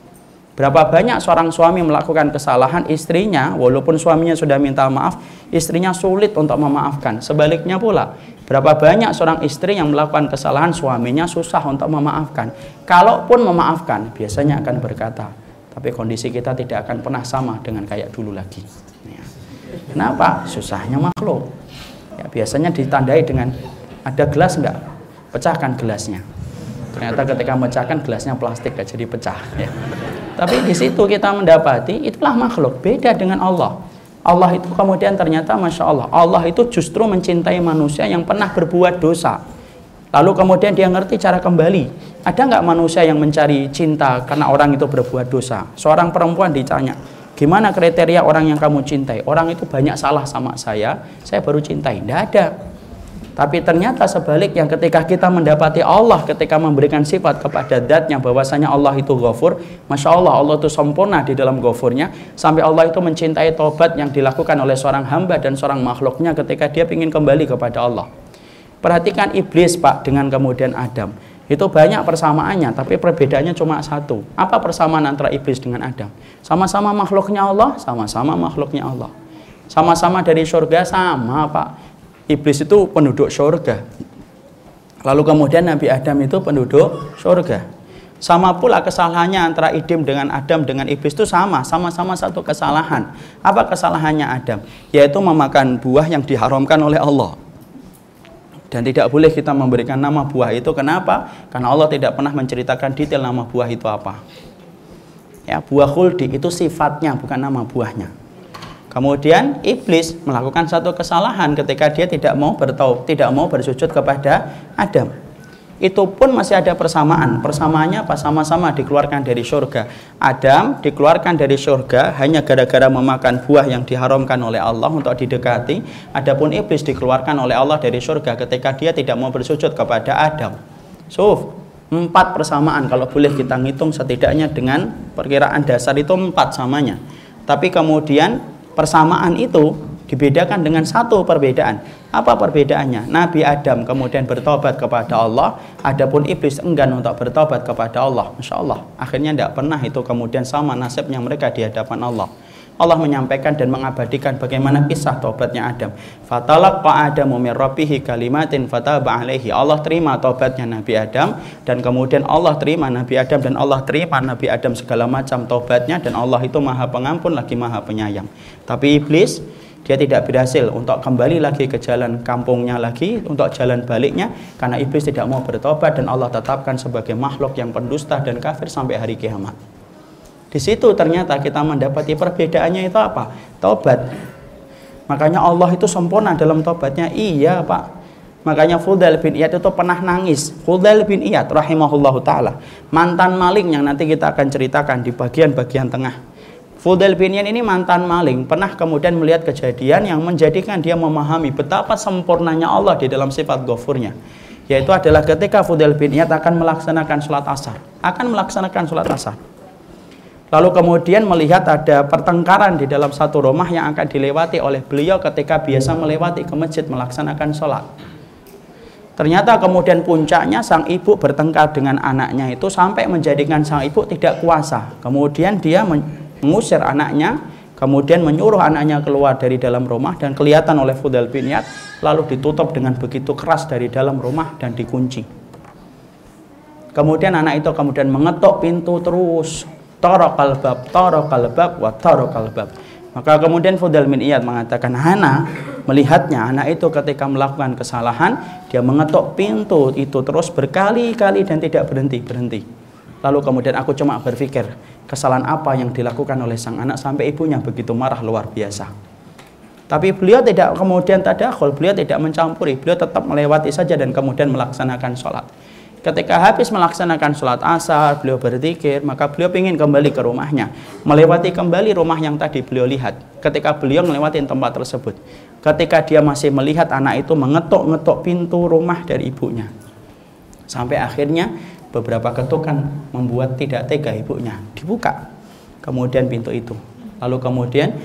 Berapa banyak seorang suami melakukan kesalahan, istrinya, walaupun suaminya sudah minta maaf, istrinya sulit untuk memaafkan. Sebaliknya pula, berapa banyak seorang istri yang melakukan kesalahan, suaminya susah untuk memaafkan. Kalaupun memaafkan, biasanya akan berkata, tapi kondisi kita tidak akan pernah sama dengan kayak dulu lagi. Ya. Kenapa? Susahnya makhluk. Ya, biasanya ditandai dengan ada gelas enggak? Pecahkan gelasnya. Ternyata ketika memecahkan gelasnya plastik gak jadi pecah. Ya. Tapi di situ kita mendapati itulah makhluk. Beda dengan Allah. Allah itu kemudian ternyata Masya Allah, Allah itu justru mencintai manusia yang pernah berbuat dosa. Lalu kemudian dia ngerti cara kembali. Ada nggak manusia yang mencari cinta karena orang itu berbuat dosa? Seorang perempuan ditanya, gimana kriteria orang yang kamu cintai? Orang itu banyak salah sama saya baru cintai. Tidak ada. Tapi ternyata sebaliknya ketika kita mendapati Allah ketika memberikan sifat kepada zatnya bahwasanya Allah itu Ghafur, Masya Allah, Allah itu sempurna di dalam Ghafurnya, sampai Allah itu mencintai tobat yang dilakukan oleh seorang hamba dan seorang makhluknya ketika dia ingin kembali kepada Allah. Perhatikan iblis, Pak, dengan kemudian Adam. Itu banyak persamaannya, tapi perbedaannya cuma satu. Apa persamaan antara iblis dengan Adam? Sama-sama makhluknya Allah, sama-sama makhluknya Allah. Sama-sama dari surga, sama, Pak. Iblis itu penduduk surga. Lalu kemudian Nabi Adam itu penduduk surga. Sama pula kesalahannya antara Idim dengan Adam dengan iblis itu sama-sama satu kesalahan. Apa kesalahannya Adam? Yaitu memakan buah yang diharamkan oleh Allah. Dan tidak boleh kita memberikan nama buah itu. Kenapa? Karena Allah tidak pernah menceritakan detail nama buah itu apa. Ya, buah khuldi itu sifatnya, bukan nama buahnya. Kemudian iblis melakukan satu kesalahan ketika dia tidak mau bersujud kepada Adam. Itu pun masih ada persamaan. Persamaannya apa? Sama-sama dikeluarkan dari surga. Adam dikeluarkan dari surga hanya gara-gara memakan buah yang diharamkan oleh Allah untuk didekati. Adapun iblis dikeluarkan oleh Allah dari surga ketika dia tidak mau bersujud kepada Adam. So, 4 persamaan kalau boleh kita ngitung, setidaknya dengan perkiraan dasar itu 4 samanya. Tapi kemudian persamaan itu dibedakan dengan satu perbedaan. Apa perbedaannya? Nabi Adam kemudian bertobat kepada Allah, adapun iblis enggan untuk bertobat kepada Allah. Masya Allah, akhirnya tidak pernah itu kemudian sama nasibnya mereka di hadapan Allah. Allah menyampaikan dan mengabadikan bagaimana kisah tobatnya Adam. Fatalaqa Adamu min rabbihi kalimatin fataba alaihi. Allah terima tobatnya Nabi Adam, dan kemudian Allah terima Nabi Adam, dan Allah terima Nabi Adam segala macam tobatnya, dan Allah itu Maha Pengampun lagi Maha Penyayang. Tapi iblis, dia tidak berhasil untuk kembali lagi ke jalan kampungnya lagi, untuk jalan baliknya, karena iblis tidak mau bertobat, dan Allah tetapkan sebagai makhluk yang pendusta dan kafir sampai hari kiamat. Di situ ternyata kita mendapati perbedaannya itu apa? Tobat. Makanya Allah itu sempurna dalam tobatnya. Iya Pak. Makanya Fudail bin Iyad itu pernah nangis. Fudail bin Iyad rahimahullahu ta'ala, mantan maling yang nanti kita akan ceritakan di bagian-bagian tengah. Fudail bin Iyad ini mantan maling, pernah kemudian melihat kejadian yang menjadikan dia memahami betapa sempurnanya Allah di dalam sifat ghafurnya. Yaitu adalah ketika Fudail bin Iyad akan melaksanakan sholat asar. Lalu kemudian melihat ada pertengkaran di dalam satu rumah yang akan dilewati oleh beliau ketika biasa melewati ke masjid melaksanakan sholat. Ternyata kemudian puncaknya sang ibu bertengkar dengan anaknya itu sampai menjadikan sang ibu tidak kuasa. Kemudian dia mengusir anaknya, kemudian menyuruh anaknya keluar dari dalam rumah, dan kelihatan oleh Fudail bin Iyad, lalu ditutup dengan begitu keras dari dalam rumah dan dikunci. Kemudian anak itu kemudian mengetuk pintu terus, taraqal bab wa taraqal bab. Maka kemudian Fudail bin Iyad mengatakan, Hana melihatnya anak itu ketika melakukan kesalahan, dia mengetuk pintu itu terus berkali-kali dan tidak berhenti. Lalu kemudian aku cuma berpikir, kesalahan apa yang dilakukan oleh sang anak sampai ibunya begitu marah luar biasa. Tapi beliau tidak kemudian tadakhul, beliau tidak mencampuri, beliau tetap melewati saja dan kemudian melaksanakan sholat. Ketika habis melaksanakan sholat asar, beliau berzikir, maka beliau ingin kembali ke rumahnya, melewati kembali rumah yang tadi beliau lihat. Ketika beliau melewati tempat tersebut, ketika dia masih melihat anak itu mengetuk-ngetuk pintu rumah dari ibunya, sampai akhirnya beberapa ketukan membuat tidak tega ibunya, dibuka kemudian pintu itu, lalu kemudian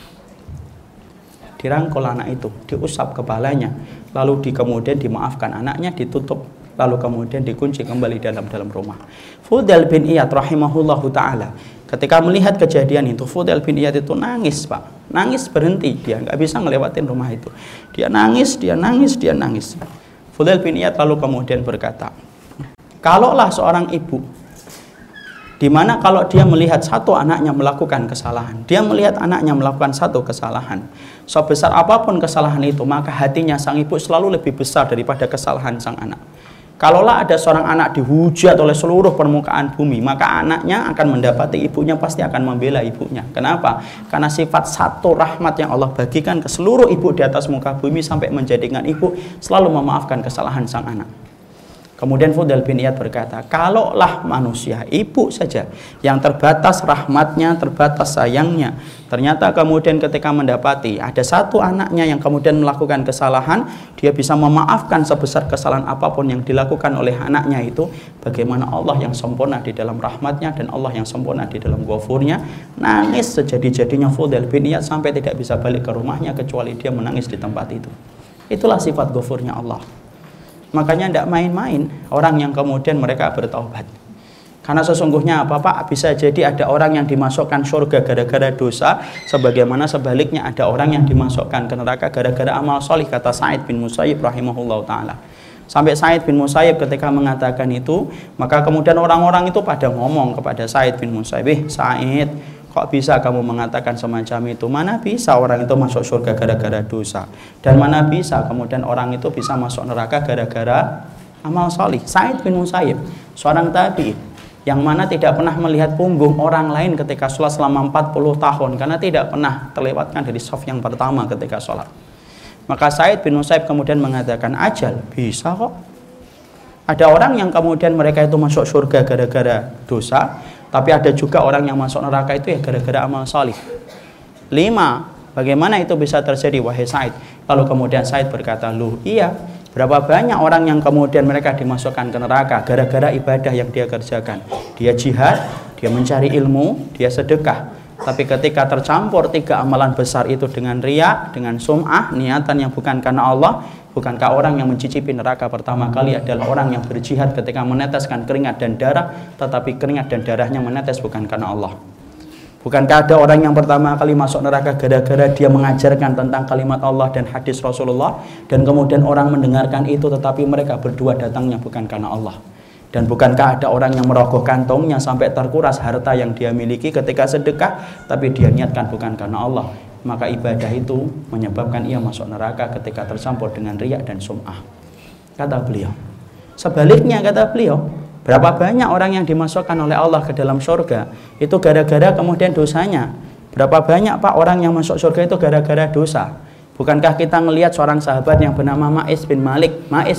dirangkul anak itu, diusap kepalanya, lalu kemudian dimaafkan anaknya, ditutup, lalu kemudian dikunci kembali dalam rumah. Fudail bin Iyad rahimahullahu ta'ala, ketika melihat kejadian itu, Fudail bin Iyad itu nangis Pak, nangis berhenti, dia nggak bisa ngelewatin rumah itu, dia nangis. Fudail bin Iyad lalu kemudian berkata, kalaulah seorang ibu, dimana kalau dia melihat satu anaknya melakukan kesalahan, dia melihat anaknya melakukan satu kesalahan, sebesar apapun kesalahan itu, maka hatinya sang ibu selalu lebih besar daripada kesalahan sang anak. Kalaulah ada seorang anak dihujat oleh seluruh permukaan bumi, maka anaknya akan mendapati ibunya pasti akan membela ibunya. Kenapa? Karena sifat satu rahmat yang Allah bagikan ke seluruh ibu di atas muka bumi sampai menjadikan ibu selalu memaafkan kesalahan sang anak. Kemudian Fudail bin Iyad berkata, kalaulah manusia, ibu saja yang terbatas rahmatnya, terbatas sayangnya, ternyata kemudian ketika mendapati ada satu anaknya yang kemudian melakukan kesalahan, dia bisa memaafkan sebesar kesalahan apapun yang dilakukan oleh anaknya itu, bagaimana Allah yang sempurna di dalam rahmatnya dan Allah yang sempurna di dalam ghafurnya. Nangis sejadi-jadinya Fudail bin Iyad sampai tidak bisa balik ke rumahnya kecuali dia menangis di tempat itu. Itulah sifat ghafurnya Allah. Makanya tidak main-main orang yang kemudian mereka bertaubat. Karena sesungguhnya Bapak, bisa jadi ada orang yang dimasukkan surga gara-gara dosa, sebagaimana sebaliknya ada orang yang dimasukkan ke neraka gara-gara amal solih, kata Sa'id bin Musayyib rahimahullah ta'ala. Sampai Sa'id bin Musayyib ketika mengatakan itu, maka kemudian orang-orang itu pada ngomong kepada Sa'id bin Musayyib, Sa'id, Kok bisa kamu mengatakan semacam itu? Mana bisa orang itu masuk surga gara-gara dosa, dan mana bisa kemudian orang itu bisa masuk neraka gara-gara amal salih. Sa'id bin Musayyib, seorang tabi'in yang mana tidak pernah melihat punggung orang lain ketika sholat selama 40 tahun karena tidak pernah terlewatkan dari shaf yang pertama ketika sholat. Maka Sa'id bin Musayyib kemudian mengatakan, ajal, bisa kok. Ada orang yang kemudian mereka itu masuk surga gara-gara dosa, tapi ada juga orang yang masuk neraka itu ya gara-gara amal salih. 5. Bagaimana itu bisa terjadi wahai Sa'id? Lalu kemudian Sa'id berkata, loh iya, berapa banyak orang yang kemudian mereka dimasukkan ke neraka gara-gara ibadah yang dia kerjakan. Dia jihad, dia mencari ilmu, dia sedekah. Tapi ketika tercampur 3 amalan besar itu dengan riya, dengan sum'ah, niatan yang bukan karena Allah, bukankah orang yang mencicipi neraka pertama kali adalah orang yang berjihad ketika meneteskan keringat dan darah, tetapi keringat dan darahnya menetes bukan karena Allah? Bukankah ada orang yang pertama kali masuk neraka gara-gara dia mengajarkan tentang kalimat Allah dan hadis Rasulullah, dan kemudian orang mendengarkan itu tetapi mereka berdua datangnya bukan karena Allah? Dan bukankah ada orang yang merogoh kantongnya sampai terkuras harta yang dia miliki ketika sedekah, tapi dia niatkan bukan karena Allah? Maka ibadah itu menyebabkan ia masuk neraka ketika tercampur dengan riya dan sum'ah. Kata beliau. Sebaliknya kata beliau, berapa banyak orang yang dimasukkan oleh Allah ke dalam surga itu gara-gara kemudian dosanya. Berapa banyak Pak orang yang masuk surga itu gara-gara dosa. Bukankah kita melihat seorang sahabat yang bernama Ma'iz bin Malik?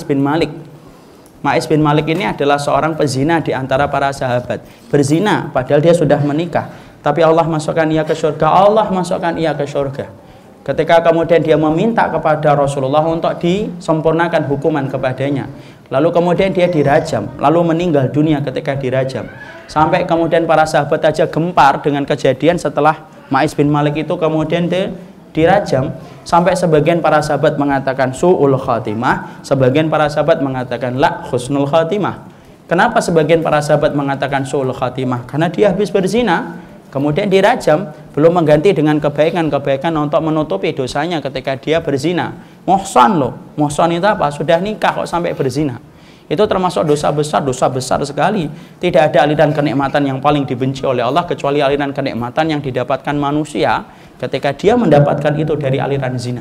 Ma'iz bin Malik ini adalah seorang pezina di antara para sahabat. Berzina padahal dia sudah menikah, tapi Allah masukkan ia ke surga. Allah masukkan ia ke surga. Ketika kemudian dia meminta kepada Rasulullah untuk disempurnakan hukuman kepadanya, lalu kemudian dia dirajam, lalu meninggal dunia ketika dirajam. Sampai kemudian para sahabat aja gempar dengan kejadian setelah Ma'iz bin Malik itu kemudian dirajam. Sampai sebagian para sahabat mengatakan su'ul khatimah, sebagian para sahabat mengatakan la husnul khatimah. Kenapa sebagian para sahabat mengatakan su'ul khatimah? Karena dia habis berzina, kemudian dirajam, belum mengganti dengan kebaikan-kebaikan untuk menutupi dosanya ketika dia berzina. Muhsan loh, muhsan itu apa? Sudah nikah kok sampai berzina. Itu termasuk dosa besar sekali. Tidak ada aliran kenikmatan yang paling dibenci oleh Allah kecuali aliran kenikmatan yang didapatkan manusia ketika dia mendapatkan itu dari aliran zina.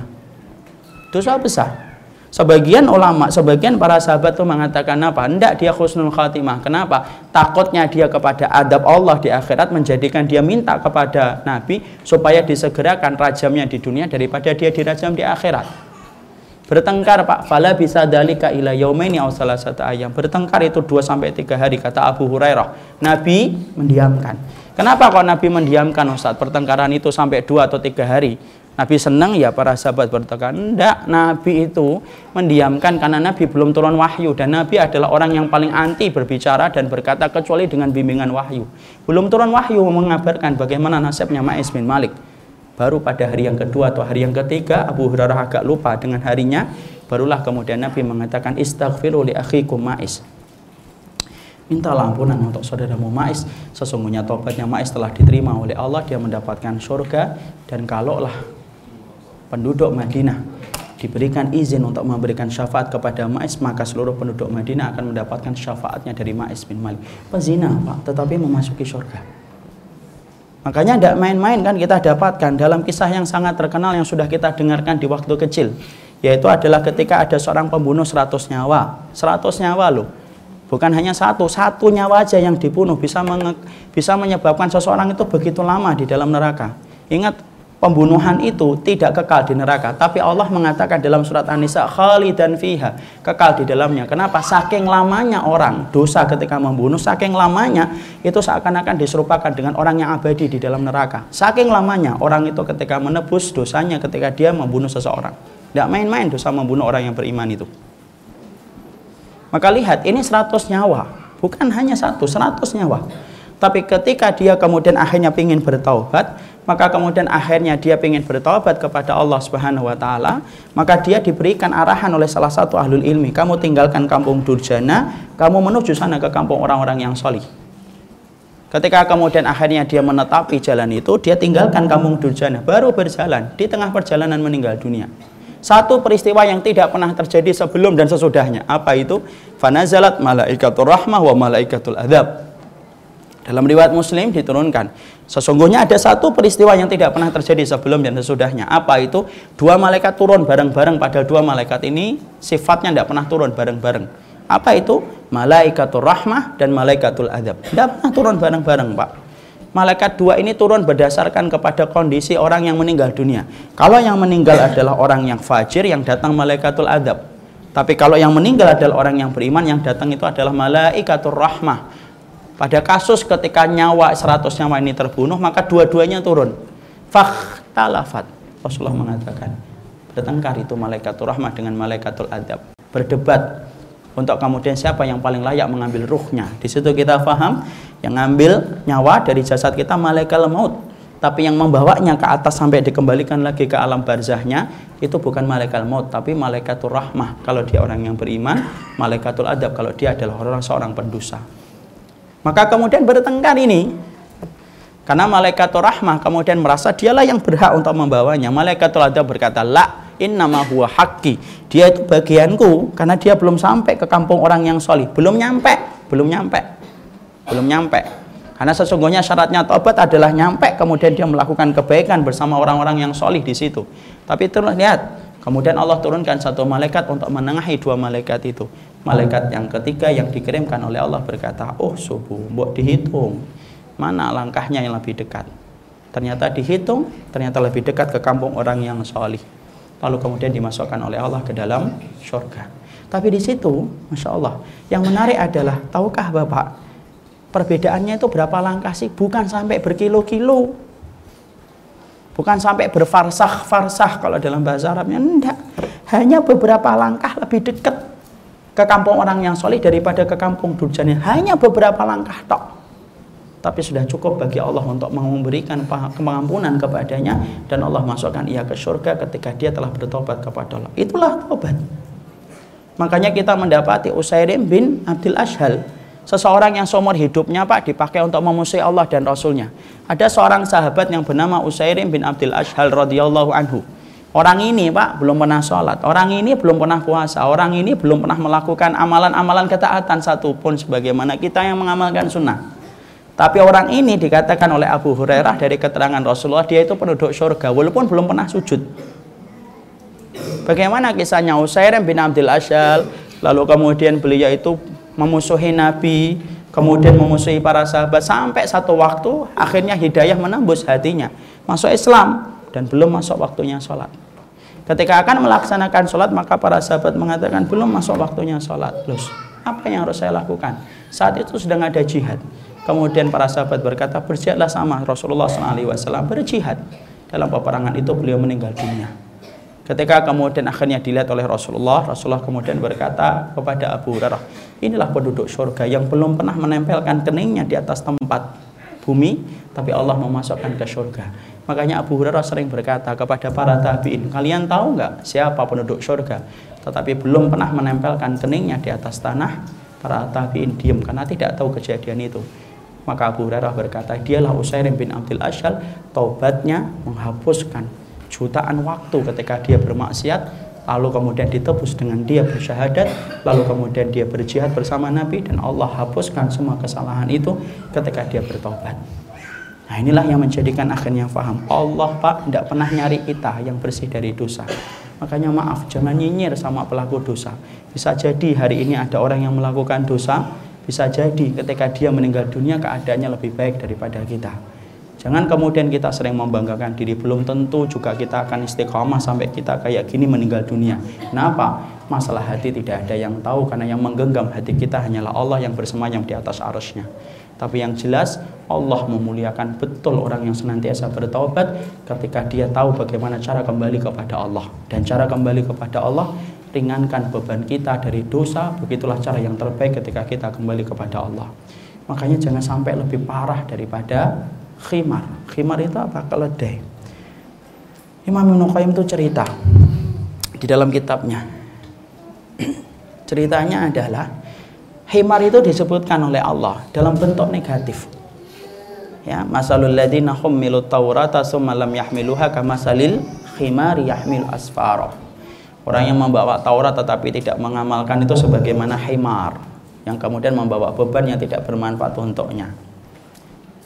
Dosa besar. Sebagian ulama, sebagian para sahabat itu mengatakan apa? Hendak dia husnul khatimah. Kenapa? Takutnya dia kepada adab Allah di akhirat, menjadikan dia minta kepada Nabi supaya disegerakan rajamnya di dunia daripada dia dirajam di akhirat. Bertengkar Pak, fala bisa dalika ila yaumaini aw salasata ayam. Bertengkar itu 2-3 hari kata Abu Hurairah. Nabi mendiamkan. Kenapa kok Nabi mendiamkan Ustaz? Pertengkaran itu sampai 2 atau 3 hari. Nabi senang ya para sahabat bertengkar. Enggak, Nabi itu mendiamkan karena Nabi belum turun wahyu, dan Nabi adalah orang yang paling anti berbicara dan berkata kecuali dengan bimbingan wahyu. Belum turun wahyu mengabarkan bagaimana nasibnya Ma'iz bin Malik. Baru pada hari yang kedua atau hari yang ketiga, Abu Hurairah agak lupa dengan harinya, barulah kemudian Nabi mengatakan istaghfiru li akhikum Ma'iz. Mintalah ampunan untuk saudaramu Ma'iz, sesungguhnya tobatnya Ma'iz telah diterima oleh Allah, dia mendapatkan surga. Dan kalaulah penduduk Madinah diberikan izin untuk memberikan syafaat kepada Ma'iz, maka seluruh penduduk Madinah akan mendapatkan syafaatnya dari Ma'iz bin Malik. Pezina Pak, tetapi memasuki surga. Makanya tidak main-main kan kita dapatkan dalam kisah yang sangat terkenal yang sudah kita dengarkan di waktu kecil, yaitu adalah ketika ada seorang pembunuh 100 nyawa. 100 nyawa loh. Bukan hanya satu nyawa aja yang dibunuh bisa menyebabkan seseorang itu begitu lama di dalam neraka. Ingat, pembunuhan itu tidak kekal di neraka, tapi Allah mengatakan dalam surat An-Nisa khalidan fiha, kekal di dalamnya. Kenapa? Saking lamanya orang dosa ketika membunuh, saking lamanya itu seakan-akan diserupakan dengan orang yang abadi di dalam neraka. Saking lamanya orang itu ketika menebus dosanya ketika dia membunuh seseorang. Tidak main-main dosa membunuh orang yang beriman itu. Maka lihat, ini 100 nyawa, bukan hanya 100 nyawa. Tapi ketika dia kemudian akhirnya ingin bertaubat, maka kemudian akhirnya dia ingin bertaubat kepada Allah Subhanahu wa taala, maka dia diberikan arahan oleh salah satu ahlul ilmi, kamu tinggalkan kampung Durjana, kamu menuju sana ke kampung orang-orang yang solih. Ketika kemudian akhirnya dia menetapi jalan itu, dia tinggalkan kampung Durjana, baru berjalan, di tengah perjalanan meninggal dunia. Satu peristiwa yang tidak pernah terjadi sebelum dan sesudahnya. Apa itu? Fanazalat malaikatur rahmah wa malaikatul adzab. Dalam riwayat Muslim diturunkan, sesungguhnya ada satu peristiwa yang tidak pernah terjadi sebelum dan sesudahnya. Apa itu? Dua malaikat turun bareng-bareng, padahal dua malaikat ini sifatnya tidak pernah turun bareng-bareng. Apa itu? Malaikatul rahmah dan malaikatul adzab. Tidak pernah turun bareng-bareng, Pak. Malaikat dua ini turun berdasarkan kepada kondisi orang yang meninggal dunia. Kalau yang meninggal adalah orang yang fajir, yang datang malaikatul adzab. Tapi kalau yang meninggal adalah orang yang beriman, yang datang itu adalah malaikatul rahmah. Pada kasus ketika nyawa 100 nyawa ini terbunuh, maka dua-duanya turun. Fakhtalafat. Rasulullah mengatakan, bertengkar itu malaikatul rahmah dengan malaikatul adzab. Berdebat untuk kemudian siapa yang paling layak mengambil ruhnya. Di situ kita paham, yang ngambil nyawa dari jasad kita malaikat maut. Tapi yang membawanya ke atas sampai dikembalikan lagi ke alam barzahnya, itu bukan malaikat maut, tapi malaikatul rahmah kalau dia orang yang beriman, malaikatul adzab kalau dia adalah seorang pendosa. Maka kemudian bertengkar ini, karena malaikatul rahmah kemudian merasa dialah yang berhak untuk membawanya. Malaikatul adzab berkata, la innama huwa haqqi, dia itu bagianku, karena dia belum sampai ke kampung orang yang solih. Belum nyampe. Karena sesungguhnya syaratnya taubat adalah nyampe, kemudian dia melakukan kebaikan bersama orang-orang yang solih di situ. Tapi terus lihat, kemudian Allah turunkan satu malaikat untuk menengahi dua malaikat itu. Malaikat yang ketiga yang dikirimkan oleh Allah berkata, oh subuh, mbok dihitung mana langkahnya yang lebih dekat. Ternyata dihitung, ternyata lebih dekat ke kampung orang yang solih. Lalu kemudian dimasukkan oleh Allah ke dalam surga. Tapi di situ, Masya Allah, yang menarik adalah, tahukah Bapak, perbedaannya itu berapa langkah sih? Bukan sampai berkilo-kilo, bukan sampai berfarsah-farsah kalau dalam bahasa Arabnya, enggak. Hanya beberapa langkah lebih dekat ke kampung orang yang soleh daripada ke kampung durjana. Hanya beberapa langkah tok, tapi sudah cukup bagi Allah untuk memberikan pengampunan kepadanya, dan Allah masukkan ia ke surga ketika dia telah bertobat kepada Allah. Itulah taubat. Makanya kita mendapati Usairim bin Abdul Ashhal, seseorang yang seumur hidupnya Pak dipakai untuk memusuhi Allah dan Rasulnya. Ada seorang sahabat yang bernama Usairim bin Abdul Ashhal radhiyallahu anhu. Orang ini Pak belum pernah sholat, orang ini belum pernah puasa, orang ini belum pernah melakukan amalan-amalan ketaatan satupun sebagaimana kita yang mengamalkan sunnah. Tapi orang ini dikatakan oleh Abu Hurairah dari keterangan Rasulullah, dia itu penduduk surga walaupun belum pernah sujud. Bagaimana kisahnya Usairim bin Abdul Ashhal? Lalu kemudian beliau itu memusuhi Nabi, kemudian memusuhi para sahabat, sampai satu waktu akhirnya hidayah menembus hatinya, masuk Islam, dan belum masuk waktunya sholat. Ketika akan melaksanakan sholat, maka para sahabat mengatakan belum masuk waktunya sholat. Terus apa yang harus saya lakukan? Saat itu sedang ada jihad. Kemudian para sahabat berkata, berjihadlah sama Rasulullah SAW. Berjihad. Dalam peperangan itu beliau meninggal dunia. Ketika kemudian akhirnya dilihat oleh Rasulullah, Rasulullah kemudian berkata kepada Abu Hurairah, inilah penduduk surga yang belum pernah menempelkan keningnya di atas tempat bumi, tapi Allah memasukkan ke surga. Makanya Abu Hurairah sering berkata kepada para tabi'in, kalian tahu nggak siapa penduduk surga? Tetapi belum pernah menempelkan keningnya di atas tanah. Para tabi'in diam karena tidak tahu kejadian itu. Maka Abu Hurairah berkata, dialah Usairim bin Abdul Ashhal, taubatnya menghapuskan jutaan waktu ketika dia bermaksiat, lalu kemudian ditebus dengan dia bersyahadat, lalu kemudian dia berjihad bersama Nabi, dan Allah hapuskan semua kesalahan itu ketika dia bertobat. Nah inilah yang menjadikan akhirnya faham, Allah Pak tidak pernah nyari kita yang bersih dari dosa. Makanya maaf, jangan nyinyir sama pelaku dosa. Bisa jadi hari ini ada orang yang melakukan dosa, bisa jadi ketika dia meninggal dunia keadaannya lebih baik daripada kita. Jangan kemudian kita sering membanggakan diri, belum tentu juga kita akan istiqomah sampai kita kayak gini meninggal dunia. Kenapa? Masalah hati tidak ada yang tahu, karena yang menggenggam hati kita hanyalah Allah yang bersemayam di atas arsy-Nya. Tapi yang jelas Allah memuliakan betul orang yang senantiasa bertaubat ketika dia tahu bagaimana cara kembali kepada Allah. Dan cara kembali kepada Allah, ringankan beban kita dari dosa, begitulah cara yang terbaik ketika kita kembali kepada Allah. Makanya jangan sampai lebih parah daripada khimar. Khimar itu apa? Keledai. Imam Ibnu Qayyim itu cerita di dalam kitabnya. Ceritanya adalah khimar itu disebutkan oleh Allah dalam bentuk negatif. Ya, masalul ladzina hummilut taurata tsumma lam yahmiluha kamasalil khimari yahmil asfara. Orang yang membawa Taurat tetapi tidak mengamalkan itu sebagaimana khimar yang kemudian membawa beban yang tidak bermanfaat untuknya.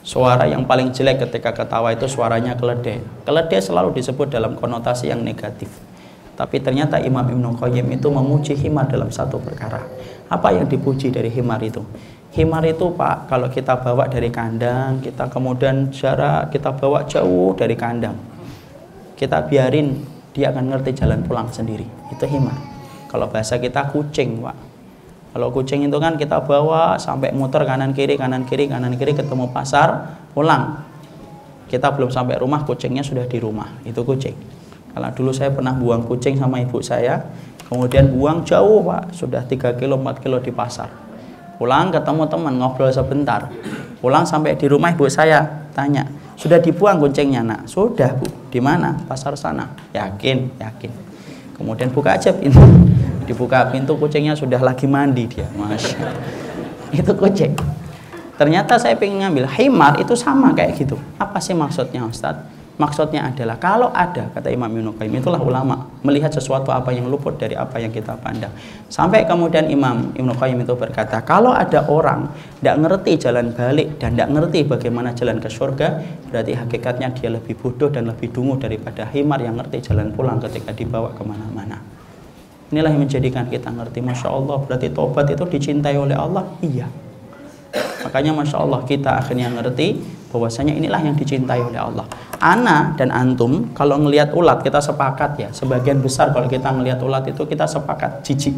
Suara yang paling jelek ketika ketawa itu suaranya keledai. Keledai selalu disebut dalam konotasi yang negatif. Tapi ternyata Imam Ibnu Qayyim itu memuji himar dalam satu perkara. Apa yang dipuji dari himar itu? Himar itu Pak, kalau kita bawa dari kandang, kita kemudian jarak kita bawa jauh dari kandang, kita biarin dia akan ngerti jalan pulang sendiri. Itu himar. Kalau bahasa kita kucing Pak. Kalau kucing itu kan kita bawa sampai muter kanan kiri ketemu pasar, pulang. Kita belum sampai rumah, kucingnya sudah di rumah. Itu kucing. Kalau dulu saya pernah buang kucing sama ibu saya, kemudian buang jauh Pak, sudah 3 kilo 4 kilo di pasar. Pulang ketemu teman, ngobrol sebentar. Pulang sampai di rumah ibu saya tanya, "Sudah dibuang kucingnya, Nak?" "Sudah, Bu." "Di mana?" "Pasar sana." "Yakin?" "Yakin." Kemudian buka aja pintu. Dibuka pintu, kucingnya sudah lagi mandi dia. Masya Allah. Itu kucing. Ternyata saya pengen ngambil himar itu sama kayak gitu. Apa sih maksudnya Ustadz? Maksudnya adalah kalau ada, kata Imam Ibnu Qayyim, itulah ulama melihat sesuatu apa yang luput dari apa yang kita pandang. Sampai kemudian Imam Ibnu Qayyim itu berkata, kalau ada orang tidak ngerti jalan balik dan tidak ngerti bagaimana jalan ke surga, berarti hakikatnya dia lebih bodoh dan lebih dungu daripada himar yang ngerti jalan pulang ketika dibawa kemana-mana. Inilah yang menjadikan kita ngerti, Masya Allah, berarti tobat itu dicintai oleh Allah. Iya. Makanya Masya Allah kita akhirnya ngerti bahwasanya inilah yang dicintai oleh Allah. Ana dan antum kalau ngelihat ulat kita sepakat ya, sebagian besar kalau kita ngelihat ulat itu kita sepakat jijik.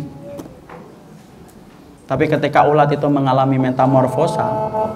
Tapi ketika ulat itu mengalami metamorfosa,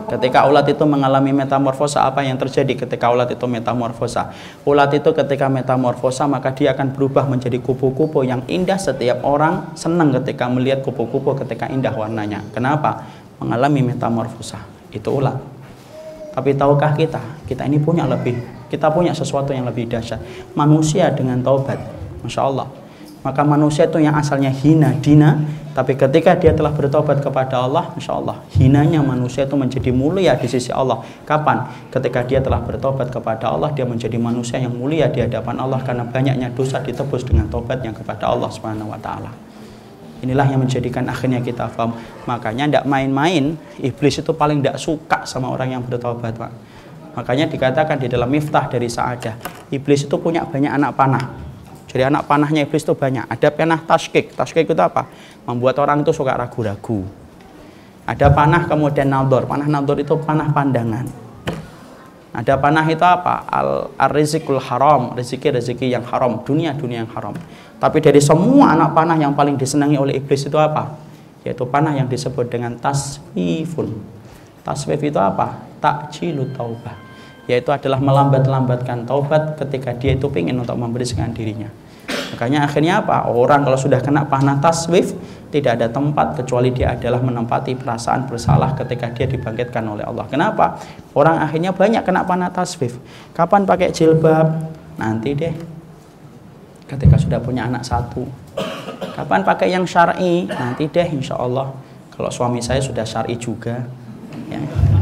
apa yang terjadi ketika ulat itu metamorfosa? Ulat itu ketika metamorfosa maka dia akan berubah menjadi kupu-kupu yang indah. Setiap orang senang ketika melihat kupu-kupu ketika indah warnanya. Kenapa? Mengalami metamorfosa. Itu ulat. Tapi tahukah kita ini punya sesuatu yang lebih dahsyat. Manusia dengan taubat, Masya Allah. Maka manusia itu yang asalnya hina, dina, tapi ketika dia telah bertobat kepada Allah, Masya Allah, hinanya manusia itu menjadi mulia di sisi Allah. Kapan? Ketika dia telah bertobat kepada Allah, dia menjadi manusia yang mulia di hadapan Allah karena banyaknya dosa ditebus dengan tobatnya kepada Allah Subhanahu wa Ta'ala. Inilah yang menjadikan akhirnya kita paham. Makanya tidak main-main, iblis itu paling tidak suka sama orang yang bertobat, Pak. Makanya dikatakan di dalam Miftah dari Sa'adah, iblis itu punya banyak anak panah. Jadi anak panahnya iblis itu banyak. Ada panah tashkik. Tashkik itu apa? Membuat orang itu suka ragu-ragu. Ada panah kemudian naldor. Panah naldor itu panah pandangan. Ada panah itu apa? Al-rizikul haram. Rezeki yang haram. Dunia yang haram. Tapi dari semua anak panah yang paling disenangi oleh iblis itu apa? Yaitu panah yang disebut dengan taswifun. Taswif itu apa? Ta'jilut taubah. Yaitu adalah melambat-lambatkan taubat ketika dia itu ingin untuk membersihkan dirinya. Makanya akhirnya apa? Orang kalau sudah kena panah taswif, tidak ada tempat kecuali dia adalah menempati perasaan bersalah ketika dia dibangkitkan oleh Allah. Kenapa? Orang akhirnya banyak kena panah taswif. Kapan pakai jilbab? Nanti deh. Ketika sudah punya anak satu. Kapan pakai yang syar'i? Nanti deh insya Allah. Kalau suami saya sudah syar'i juga. Ya.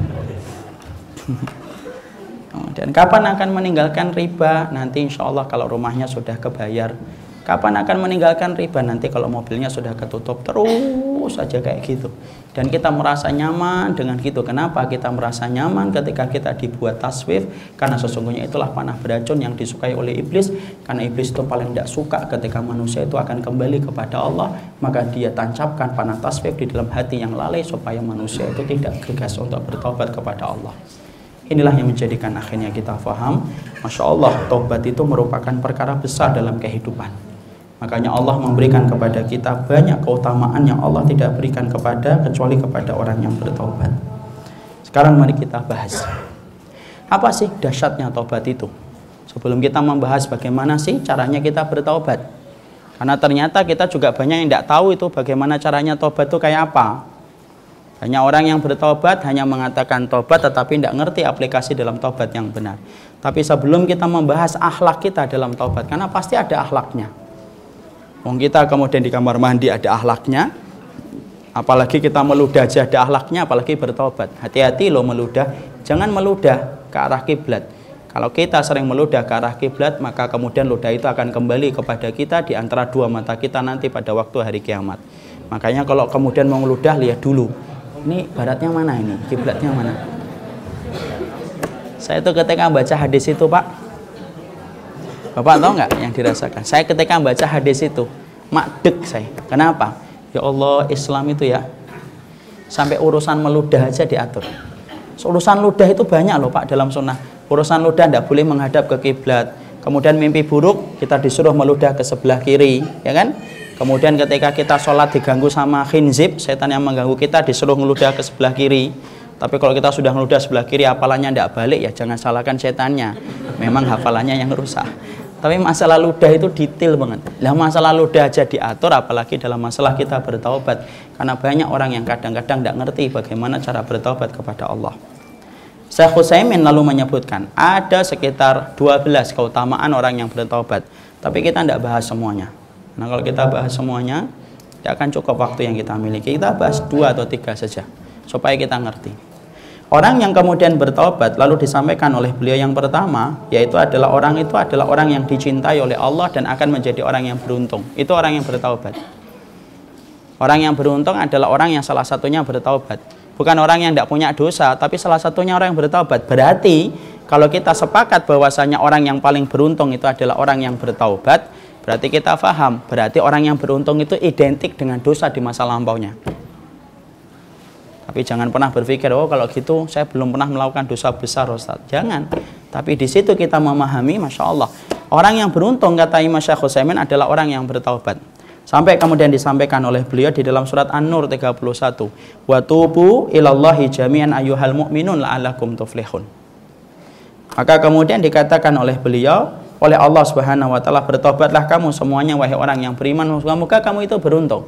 Dan kapan akan meninggalkan riba? Nanti insya Allah kalau rumahnya sudah kebayar. Kapan akan meninggalkan riba? Nanti kalau mobilnya sudah ketutup. Terus saja kayak gitu. Dan kita merasa nyaman dengan gitu. Kenapa kita merasa nyaman ketika kita dibuat taswif? Karena sesungguhnya itulah panah beracun yang disukai oleh iblis. Karena iblis itu paling tidak suka ketika manusia itu akan kembali kepada Allah. Maka dia tancapkan panah taswif di dalam hati yang lalai supaya manusia itu tidak gegas untuk bertobat kepada Allah. Inilah yang menjadikan akhirnya kita faham, Masya Allah, taubat itu merupakan perkara besar dalam kehidupan. Makanya Allah memberikan kepada kita banyak keutamaan yang Allah tidak berikan kecuali kepada orang yang bertaubat. Sekarang mari kita bahas, apa sih dahsyatnya taubat itu? Sebelum kita membahas bagaimana sih caranya kita bertaubat, karena ternyata kita juga banyak yang tidak tahu itu bagaimana caranya taubat itu kayak apa. Hanya orang yang bertobat hanya mengatakan tobat tetapi tidak ngerti aplikasi dalam tobat yang benar. Tapi sebelum kita membahas akhlak kita dalam tobat, karena pasti ada akhlaknya. Wong kita kemudian di kamar mandi ada akhlaknya, apalagi kita meludah aja ada akhlaknya, apalagi bertobat. Hati-hati loh meludah, jangan meludah ke arah kiblat. Kalau kita sering meludah ke arah kiblat, maka kemudian ludah itu akan kembali kepada kita di antara dua mata kita nanti pada waktu hari kiamat. Makanya kalau kemudian mau meludah, lihat dulu. Ini baratnya mana ini? Kiblatnya mana? Saya itu ketika baca hadis itu, Pak. Bapak tahu nggak yang dirasakan? Saya ketika baca hadis itu, makdek saya. Kenapa? Ya Allah, Islam itu ya, sampai urusan meludah aja diatur. Urusan ludah itu banyak loh Pak dalam sunnah. Urusan ludah tidak boleh menghadap ke kiblat. Kemudian mimpi buruk, kita disuruh meludah ke sebelah kiri, ya kan? Kemudian ketika kita sholat diganggu sama khinzib, setan yang mengganggu kita, disuruh meludah ke sebelah kiri. Tapi kalau kita sudah ngeludah sebelah kiri, hafalannya tidak balik, ya jangan salahkan setannya. Memang hafalannya yang rusak. Tapi masalah ludah itu detail banget. Lah masalah ludah aja diatur, apalagi dalam masalah kita bertaubat. Karena banyak orang yang kadang-kadang tidak ngerti bagaimana cara bertaubat kepada Allah. Syekh Utsaimin lalu menyebutkan ada sekitar 12 keutamaan orang yang bertaubat. Tapi kita tidak bahas semuanya. Nah kalau kita bahas semuanya, tidak akan cukup waktu yang kita miliki. Kita bahas 2 atau 3 saja, supaya kita ngerti. Orang yang kemudian bertaubat lalu disampaikan oleh beliau yang pertama, yaitu adalah orang yang dicintai oleh Allah dan akan menjadi orang yang beruntung. Itu orang yang bertaubat. Orang yang beruntung adalah orang yang salah satunya bertaubat. Bukan orang yang tidak punya dosa, tapi salah satunya orang yang bertaubat. Berarti kalau kita sepakat bahwasanya orang yang paling beruntung itu adalah orang yang bertaubat, berarti kita paham, berarti orang yang beruntung itu identik dengan dosa di masa lampaunya. Tapi jangan pernah berpikir, oh kalau gitu saya belum pernah melakukan dosa besar, Ustaz. Jangan. Tapi di situ kita memahami, Masya Allah, orang yang beruntung, kata Imam Syekh Utsaimin, adalah orang yang bertaubat. Sampai kemudian disampaikan oleh beliau di dalam surat An-Nur 31. Wa tubu ilallahi jami'an ayyuhal mu'minun la'allakum tuflihun. Maka kemudian dikatakan oleh beliau, oleh Allah Subhanahu wa taala, bertobatlah kamu semuanya wahai orang yang beriman, moga-moga kamu itu beruntung.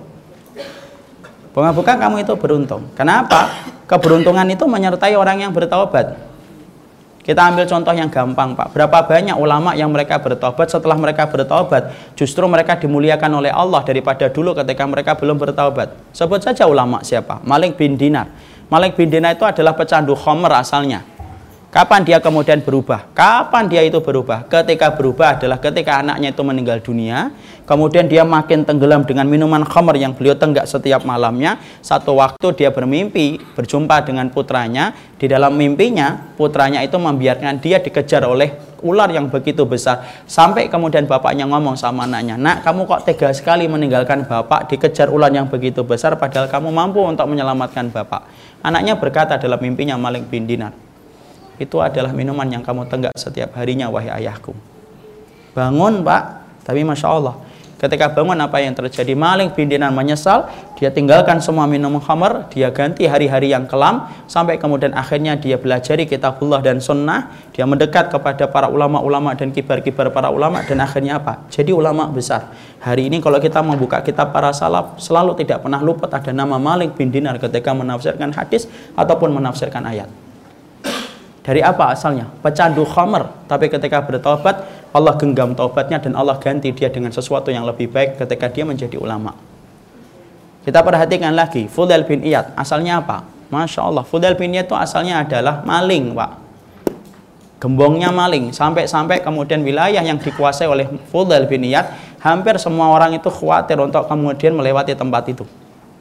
Moga-moga kamu itu beruntung. Kenapa? Keberuntungan itu menyertai orang yang bertaubat. Kita ambil contoh yang gampang, Pak. Berapa banyak ulama yang mereka bertaubat, setelah mereka bertaubat justru mereka dimuliakan oleh Allah daripada dulu ketika mereka belum bertaubat. Sebut saja ulama siapa? Malik bin Dinar. Malik bin Dinar itu adalah pecandu khamr asalnya. Kapan dia kemudian berubah? Kapan dia itu berubah? Ketika berubah adalah ketika anaknya itu meninggal dunia. Kemudian dia makin tenggelam dengan minuman khamr yang beliau tenggak setiap malamnya. Satu waktu dia bermimpi berjumpa dengan putranya. Di dalam mimpinya putranya itu membiarkan dia dikejar oleh ular yang begitu besar. Sampai kemudian bapaknya ngomong sama anaknya, "Nak, kamu kok tega sekali meninggalkan bapak, dikejar ular yang begitu besar padahal kamu mampu untuk menyelamatkan bapak." Anaknya berkata dalam mimpinya Malik bin Dinar, "Itu adalah minuman yang kamu tenggak setiap harinya wahai ayahku." Bangun, Pak. Tapi Masya Allah, ketika bangun apa yang terjadi? Malik bin Dinar menyesal. Dia tinggalkan semua minum khamr, dia ganti hari-hari yang kelam, sampai kemudian akhirnya dia belajari kitabullah dan sunnah. Dia mendekat kepada para ulama-ulama dan kibar-kibar para ulama, dan akhirnya apa? Jadi ulama besar. Hari ini kalau kita membuka kitab para salaf, selalu tidak pernah luput ada nama Malik bin Dinar ketika menafsirkan hadis ataupun menafsirkan ayat. Dari apa asalnya? Pecandu khamr. Tapi ketika bertobat, Allah genggam taubatnya dan Allah ganti dia dengan sesuatu yang lebih baik ketika dia menjadi ulama. Kita perhatikan lagi, Fudail bin Iyad. Asalnya apa? Masya Allah, Fudail bin Iyad itu asalnya adalah maling, Pak. Gembongnya maling. Sampai-sampai kemudian wilayah yang dikuasai oleh Fudail bin Iyad, hampir semua orang itu khawatir untuk kemudian melewati tempat itu.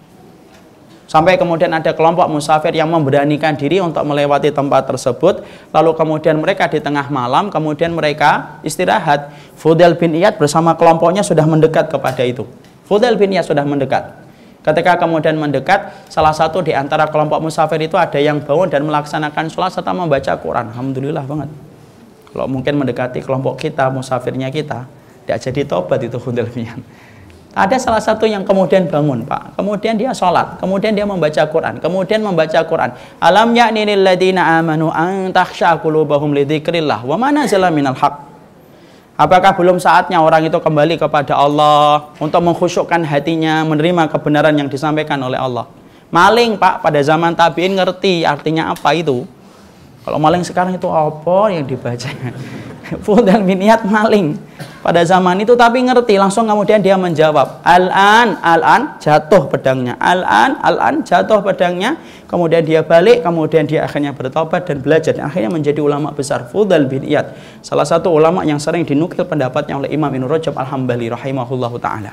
Sampai kemudian ada kelompok musafir yang memberanikan diri untuk melewati tempat tersebut. Lalu kemudian mereka di tengah malam, kemudian mereka istirahat. Fudail bin Iyad bersama kelompoknya sudah mendekat kepada itu. Fudail bin Iyad sudah mendekat. Ketika kemudian mendekat, salah satu di antara kelompok musafir itu ada yang bangun dan melaksanakan sholat serta membaca Quran. Alhamdulillah banget. Kalau mungkin mendekati kelompok kita, musafirnya kita, tidak jadi tobat itu Fudail bin Iyad. Ada salah satu yang kemudian bangun, Pak. Kemudian dia sholat. Kemudian dia membaca Quran. Kemudian membaca Quran. Alam ya'ni lil ladzina amanu an takhsha qulubuhum li dzikrillah wa ma nazala minal haqq. Apakah belum saatnya orang itu kembali kepada Allah untuk mengkhusyukkan hatinya, menerima kebenaran yang disampaikan oleh Allah? Maling, Pak, pada zaman tabi'in ngerti artinya apa itu. Kalau maling sekarang itu apa yang dibaca? Fudail bin Iyad maling pada zaman itu, tapi ngerti. Langsung kemudian dia menjawab, al-an jatuh pedangnya, al-an jatuh pedangnya. Kemudian dia balik, kemudian dia akhirnya bertobat dan belajar, dan akhirnya menjadi ulama besar. Fudail bin Iyad, salah satu ulama yang sering dinukil pendapatnya oleh Imam Ibnu Rajab Al-Hambali rahimahullahu ta'ala.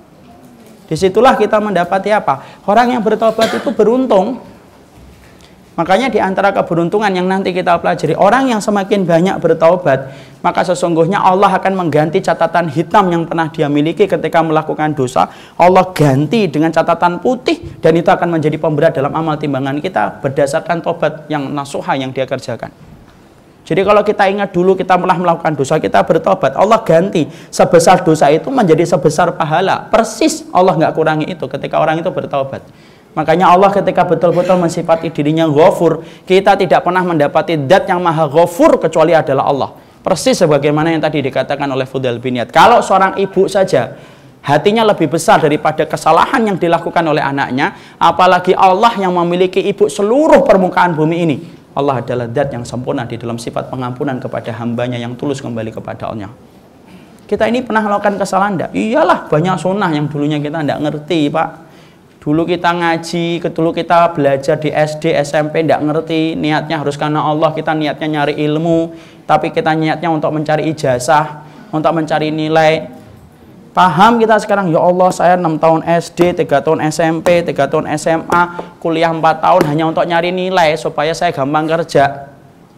Disitulah kita mendapati apa? Orang yang bertobat itu beruntung. Makanya di antara keberuntungan yang nanti kita pelajari, orang yang semakin banyak bertaubat, maka sesungguhnya Allah akan mengganti catatan hitam yang pernah dia miliki ketika melakukan dosa. Allah ganti dengan catatan putih, dan itu akan menjadi pemberat dalam amal timbangan kita berdasarkan tobat yang nasuha yang dia kerjakan. Jadi kalau kita ingat dulu kita telah melakukan dosa, kita bertobat, Allah ganti sebesar dosa itu menjadi sebesar pahala. Persis Allah nggak kurangi itu ketika orang itu bertobat. Makanya Allah ketika betul-betul mensifati dirinya Ghafur, kita tidak pernah mendapati zat yang maha Ghafur kecuali adalah Allah. Persis sebagaimana yang tadi dikatakan oleh Fudail bin Iyad. Kalau seorang ibu saja hatinya lebih besar daripada kesalahan yang dilakukan oleh anaknya, apalagi Allah yang memiliki ibu seluruh permukaan bumi ini. Allah adalah zat yang sempurna di dalam sifat pengampunan kepada hambanya yang tulus kembali kepada Allah. Kita ini pernah melakukan kesalahan enggak? Iyalah, banyak sunnah yang dulunya kita enggak ngerti, Pak. Dulu kita ngaji, dulu kita belajar di SD, SMP, tidak ngerti, niatnya harus karena Allah, kita niatnya nyari ilmu, tapi kita niatnya untuk mencari ijazah, untuk mencari nilai. Paham kita sekarang, ya Allah saya 6 tahun SD, 3 tahun SMP, 3 tahun SMA, kuliah 4 tahun hanya untuk nyari nilai, supaya saya gampang kerja.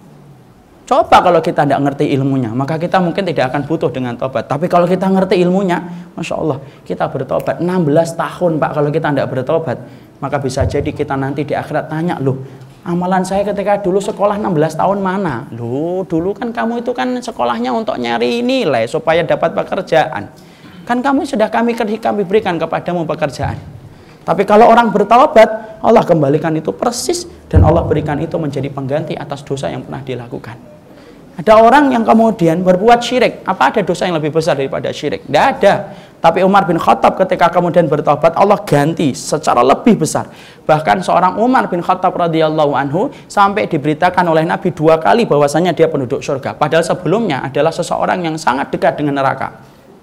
Coba kalau kita tidak ngerti ilmunya, maka kita mungkin tidak akan butuh dengan tobat. Tapi kalau kita ngerti ilmunya, Masya Allah, kita bertobat 16 tahun Pak. Kalau kita tidak bertobat, maka bisa jadi kita nanti di akhirat tanya, loh, amalan saya ketika dulu sekolah 16 tahun mana? Loh, dulu kan kamu itu kan sekolahnya untuk nyari nilai supaya dapat pekerjaan. Kan kamu sudah kami berikan kepadamu pekerjaan. Tapi kalau orang bertaubat, Allah kembalikan itu persis, dan Allah berikan itu menjadi pengganti atas dosa yang pernah dilakukan. Ada orang yang kemudian berbuat syirik. Apa ada dosa yang lebih besar daripada syirik? Tidak ada. Tapi Umar bin Khattab ketika kemudian bertobat, Allah ganti secara lebih besar. Bahkan seorang Umar bin Khattab radhiyallahu anhu sampai diberitakan oleh Nabi 2 kali bahwasanya dia penduduk surga. Padahal sebelumnya adalah seseorang yang sangat dekat dengan neraka.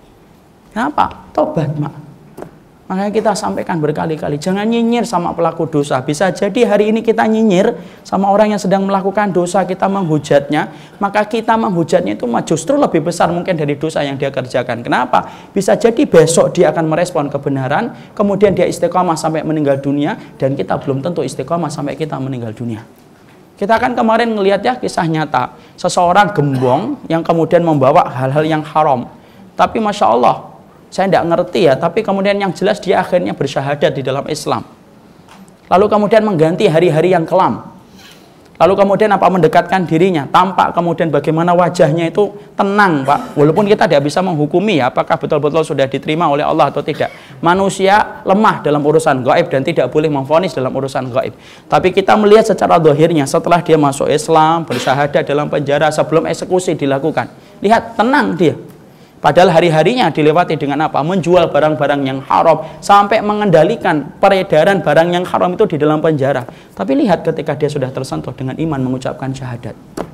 Kenapa? Tobat, Mak. Makanya kita sampaikan berkali-kali, jangan nyinyir sama pelaku dosa. Bisa jadi hari ini kita nyinyir sama orang yang sedang melakukan dosa, kita menghujatnya, maka kita menghujatnya itu justru lebih besar mungkin dari dosa yang dia kerjakan. Kenapa? Bisa jadi besok dia akan merespon kebenaran, kemudian dia istiqomah sampai meninggal dunia, dan kita belum tentu istiqomah sampai kita meninggal dunia. Kita kan kemarin ngelihat ya kisah nyata, seseorang gembong yang kemudian membawa hal-hal yang haram. Tapi Masya Allah, saya tidak ngerti ya, tapi kemudian yang jelas dia akhirnya bersyahadat di dalam Islam. Lalu kemudian mengganti hari-hari yang kelam. Lalu kemudian apa? Mendekatkan dirinya. Tampak kemudian bagaimana wajahnya itu tenang, Pak. Walaupun kita tidak bisa menghukumi ya, apakah betul-betul sudah diterima oleh Allah atau tidak. Manusia lemah dalam urusan gaib dan tidak boleh memvonis dalam urusan gaib. Tapi kita melihat secara zahirnya setelah dia masuk Islam, bersyahadat dalam penjara sebelum eksekusi dilakukan. Lihat, tenang dia. Padahal hari-harinya dilewati dengan apa? Menjual barang-barang yang haram, sampai mengendalikan peredaran barang yang haram itu di dalam penjara. Tapi lihat ketika dia sudah tersentuh dengan iman mengucapkan syahadat.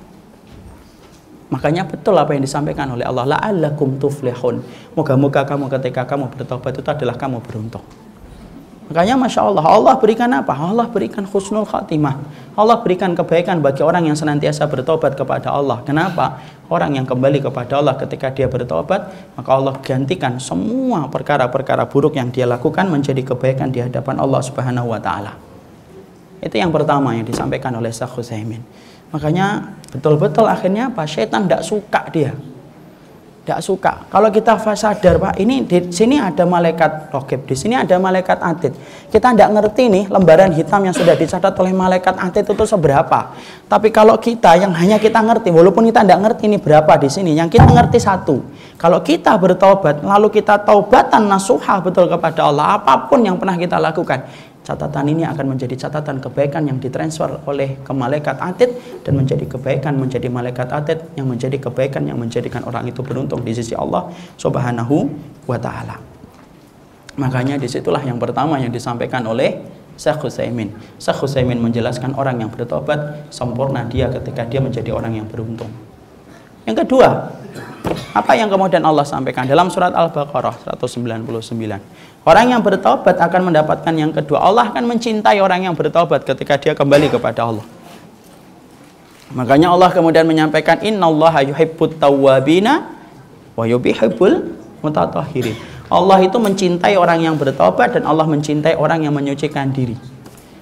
Makanya betul apa yang disampaikan oleh Allah, la'allakum tuflihun. Moga-moga kamu ketika kamu bertobat itu adalah kamu beruntung. Makanya Masya Allah, Allah berikan apa? Allah berikan husnul khatimah. Allah berikan kebaikan bagi orang yang senantiasa bertobat kepada Allah. Kenapa? Orang yang kembali kepada Allah ketika dia bertobat, maka Allah gantikan semua perkara-perkara buruk yang dia lakukan menjadi kebaikan di hadapan Allah Subhanahu wa Ta'ala. Itu yang pertama yang disampaikan oleh Syekh Utsaimin. Makanya betul-betul akhirnya apa? Syaitan tidak suka dia. Tidak suka. Kalau kita sadar, Pak, ini di sini ada malaikat raqib, di sini ada malaikat atid. Kita tidak ngerti nih lembaran hitam yang sudah dicatat oleh malaikat atid itu seberapa. Tapi kalau kita yang hanya kita ngerti, walaupun kita tidak ngerti ini berapa di sini, yang kita ngerti satu. Kalau kita bertobat, lalu kita taubatan nasuha betul kepada Allah, apapun yang pernah kita lakukan, catatan ini akan menjadi catatan kebaikan yang ditransfer oleh ke malaikat atid, dan menjadi kebaikan menjadi malaikat atid yang menjadi kebaikan yang menjadikan orang itu beruntung di sisi Allah Subhanahu wa Ta'ala. Makanya disitulah yang pertama yang disampaikan oleh Syekh Utsaimin. Syekh Utsaimin menjelaskan orang yang bertobat sempurna dia ketika dia menjadi orang yang beruntung. Yang kedua, apa yang kemudian Allah sampaikan dalam surat Al-Baqarah 199. Orang yang bertobat akan mendapatkan yang kedua. Allah akan mencintai orang yang bertobat ketika dia kembali kepada Allah. Makanya Allah kemudian menyampaikan, innallaha yuhibbut tawwabina wa yuhibbul mutatahhirin. Allah itu mencintai orang yang bertobat dan Allah mencintai orang yang menyucikan diri.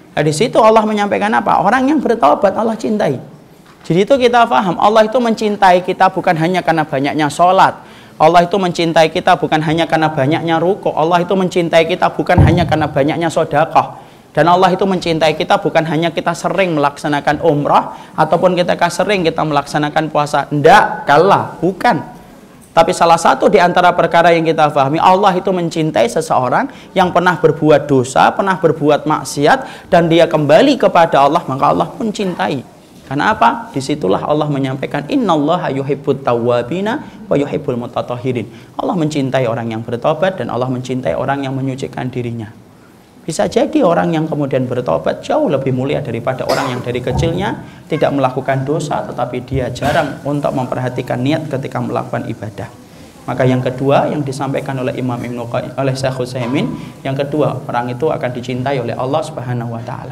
Nah, di situ Allah menyampaikan apa? Orang yang bertaubat Allah cintai. Jadi itu kita paham, Allah itu mencintai kita bukan hanya karena banyaknya sholat. Allah itu mencintai kita bukan hanya karena banyaknya ruku. Allah itu mencintai kita bukan hanya karena banyaknya sedekah. Dan Allah itu mencintai kita bukan hanya kita sering melaksanakan umrah ataupun kita sering kita melaksanakan puasa. Tidak, kalah, bukan. Tapi salah satu di antara perkara yang kita pahami, Allah itu mencintai seseorang yang pernah berbuat dosa, pernah berbuat maksiat, dan dia kembali kepada Allah, maka Allah pun cintai. Karena apa? Disitulah Allah menyampaikan, innallaha yuhibbut tawwabina wa yuhibbul mutatahhirin. Allah mencintai orang yang bertobat dan Allah mencintai orang yang menyucikan dirinya. Bisa jadi orang yang kemudian bertobat jauh lebih mulia daripada orang yang dari kecilnya tidak melakukan dosa tetapi dia jarang untuk memperhatikan niat ketika melakukan ibadah. Maka yang kedua yang disampaikan oleh Imam Ibnu Qayyim, oleh Syekh Utsaimin, yang kedua, orang itu akan dicintai oleh Allah Subhanahu wa taala.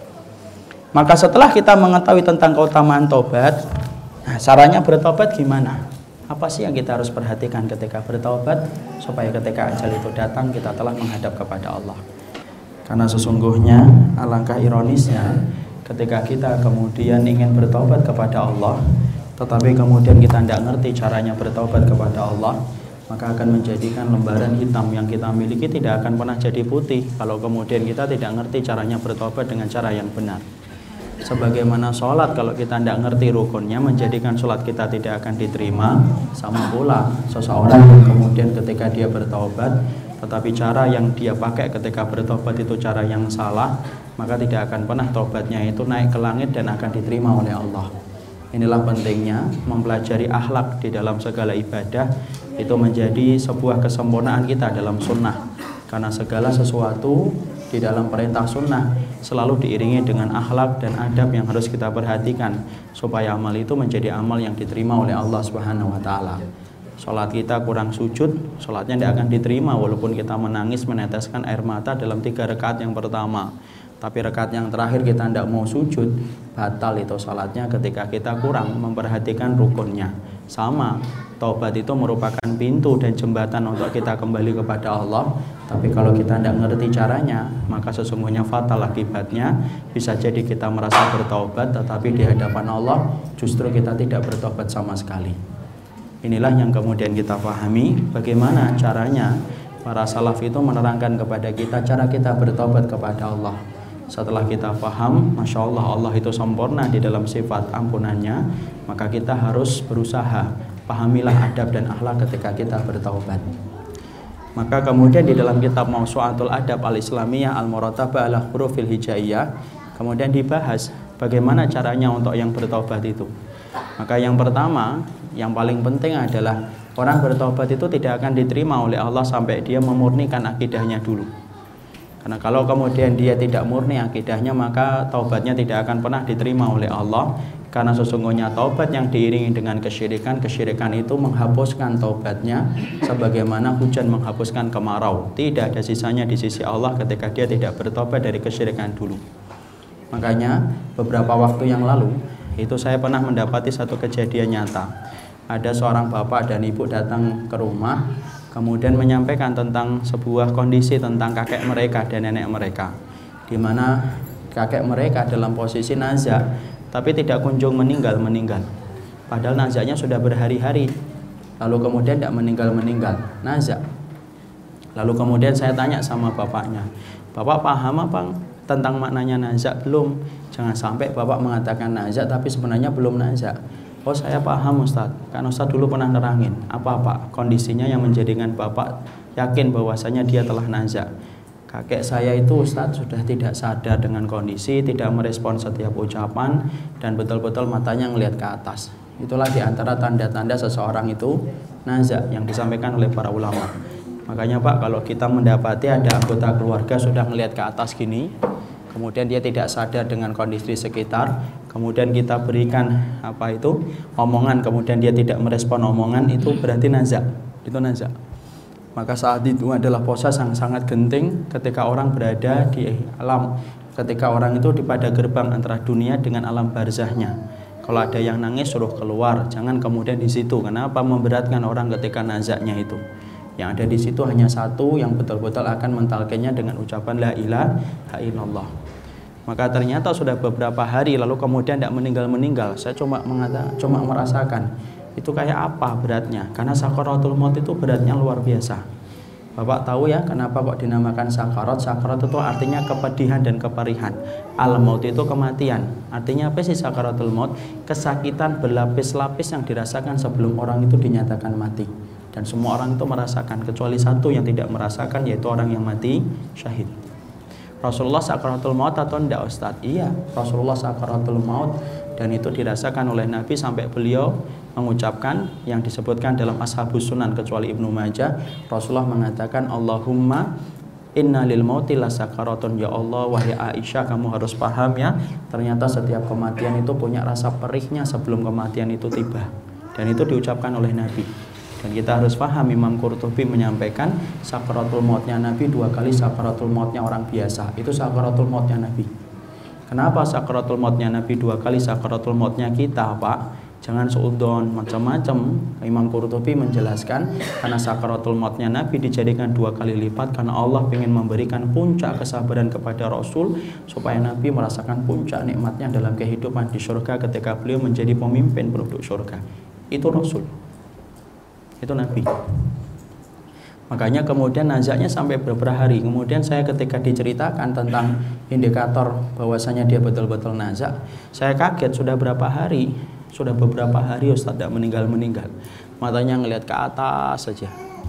Maka setelah kita mengetahui tentang keutamaan tobat, nah caranya bertobat gimana? Apa sih yang kita harus perhatikan ketika bertobat supaya ketika ajal itu datang kita telah menghadap kepada Allah? Karena sesungguhnya alangkah ironisnya ketika kita kemudian ingin bertobat kepada Allah tetapi kemudian kita tidak ngerti caranya bertobat kepada Allah, maka akan menjadikan lembaran hitam yang kita miliki tidak akan pernah jadi putih kalau kemudian kita tidak ngerti caranya bertobat dengan cara yang benar. Sebagaimana sholat, kalau kita tidak ngerti rukunnya menjadikan sholat kita tidak akan diterima. Sama pula seseorang yang kemudian ketika dia bertobat tetapi cara yang dia pakai ketika bertobat itu cara yang salah, maka tidak akan pernah tobatnya itu naik ke langit dan akan diterima oleh Allah. Inilah pentingnya mempelajari akhlak di dalam segala ibadah, itu menjadi sebuah kesempurnaan kita dalam sunnah. Karena segala sesuatu di dalam perintah sunnah selalu diiringi dengan akhlak dan adab yang harus kita perhatikan supaya amal itu menjadi amal yang diterima oleh Allah Subhanahu wa taala. Sholat kita kurang sujud, sholatnya tidak akan diterima walaupun kita menangis meneteskan air mata dalam 3 rakaat yang pertama. Tapi rakaat yang terakhir kita tidak mau sujud, batal itu sholatnya ketika kita kurang memperhatikan rukunnya. Sama, taubat itu merupakan pintu dan jembatan untuk kita kembali kepada Allah. Tapi kalau kita tidak ngerti caranya, maka sesungguhnya fatal akibatnya. Bisa jadi kita merasa bertaubat, tetapi di hadapan Allah justru kita tidak bertobat sama sekali. Inilah yang kemudian kita pahami bagaimana caranya para salaf itu menerangkan kepada kita cara kita bertobat kepada Allah. Setelah kita paham, Masya Allah, Allah itu sempurna di dalam sifat ampunannya, maka kita harus berusaha pahamilah adab dan akhlak ketika kita bertaubat. Maka kemudian di dalam kitab Mawsu'atul Adab Al-Islamiyah Al-Muratabah ala Hurufil Hijaiyah kemudian dibahas bagaimana caranya untuk yang bertaubat itu. Maka yang pertama, yang paling penting adalah orang bertobat itu tidak akan diterima oleh Allah sampai dia memurnikan akidahnya dulu. Karena kalau kemudian dia tidak murni akidahnya, maka taubatnya tidak akan pernah diterima oleh Allah. Karena sesungguhnya taubat yang diiringi dengan kesyirikan, kesyirikan itu menghapuskan taubatnya sebagaimana hujan menghapuskan kemarau. Tidak ada sisanya di sisi Allah ketika dia tidak bertobat dari kesyirikan dulu. Makanya beberapa waktu yang lalu itu saya pernah mendapati satu kejadian nyata. Ada seorang bapak dan ibu datang ke rumah, kemudian menyampaikan tentang sebuah kondisi tentang kakek mereka dan nenek mereka, di mana kakek mereka dalam posisi nazak, tapi tidak kunjung meninggal. Padahal nazaknya sudah berhari-hari, lalu kemudian tidak meninggal, nazak. Lalu kemudian saya tanya sama bapaknya, Bapak paham apa tentang maknanya nazak? Belum. Jangan sampai Bapak mengatakan nazak tapi sebenarnya belum nazak. Oh saya paham Ustadz, kan Ustadz dulu pernah nerangin apa Pak kondisinya yang menjadikan Bapak yakin bahwasanya dia telah nazak. Kakek saya itu Ustadz sudah tidak sadar dengan kondisi, tidak merespon setiap ucapan dan betul-betul matanya ngelihat ke atas. Itulah diantara tanda-tanda seseorang itu nazak yang disampaikan oleh para ulama. Makanya Pak, kalau kita mendapati ada anggota keluarga sudah ngelihat ke atas gini, kemudian dia tidak sadar dengan kondisi sekitar, kemudian kita berikan omongan, kemudian dia tidak merespon omongan, itu berarti nazak. Itu nazak. Maka saat itu adalah proses yang sangat genting ketika orang berada di alam, ketika orang itu pada gerbang antara dunia dengan alam barzahnya. Kalau ada yang nangis suruh keluar, jangan kemudian di situ. Kenapa memberatkan orang ketika nazaknya itu? Yang ada di situ hanya satu yang betul-betul akan mentalkinnya dengan ucapan la ilaha illallah. Maka ternyata sudah beberapa hari lalu kemudian tidak meninggal. Saya cuma merasakan itu kayak apa beratnya. Karena sakaratul maut itu beratnya luar biasa. Bapak tahu ya kenapa kok dinamakan sakarat? Sakarat itu artinya kepedihan dan keperihan. Al-maut itu kematian. Artinya apa sih sakaratul maut? Kesakitan berlapis-lapis yang dirasakan sebelum orang itu dinyatakan mati. Dan semua orang itu merasakan, kecuali satu yang tidak merasakan, yaitu orang yang mati syahid. Rasulullah sakaratul maut atau tidak Ustaz? Iya, Rasulullah sakaratul maut, dan itu dirasakan oleh Nabi sampai beliau mengucapkan yang disebutkan dalam Ashabus Sunan kecuali Ibnu Majah. Rasulullah mengatakan, Allahumma inna lil mauti lasakaratun. Ya Allah, wahai Aisyah, kamu harus paham ya, ternyata setiap kematian itu punya rasa perihnya sebelum kematian itu tiba. Dan itu diucapkan oleh Nabi. Dan kita harus paham, Imam Qurtubi menyampaikan sakaratul mautnya Nabi 2 kali sakaratul mautnya orang biasa. Itu sakaratul mautnya Nabi. Kenapa sakaratul mautnya Nabi 2 kali sakaratul mautnya kita, Pak? Jangan seudon macam-macam. Imam Qurtubi menjelaskan karena sakaratul mautnya Nabi dijadikan 2 kali lipat karena Allah ingin memberikan puncak kesabaran kepada Rasul supaya Nabi merasakan puncak nikmatnya dalam kehidupan di surga ketika beliau menjadi pemimpin penduduk surga. Itu Rasul. Itu Nabi. Makanya kemudian nazaknya sampai beberapa hari. Kemudian saya ketika diceritakan tentang indikator bahwasanya dia betul-betul nazak, saya kaget sudah berapa hari. Sudah beberapa hari Ustaz tidak meninggal. Matanya ngelihat ke atas saja.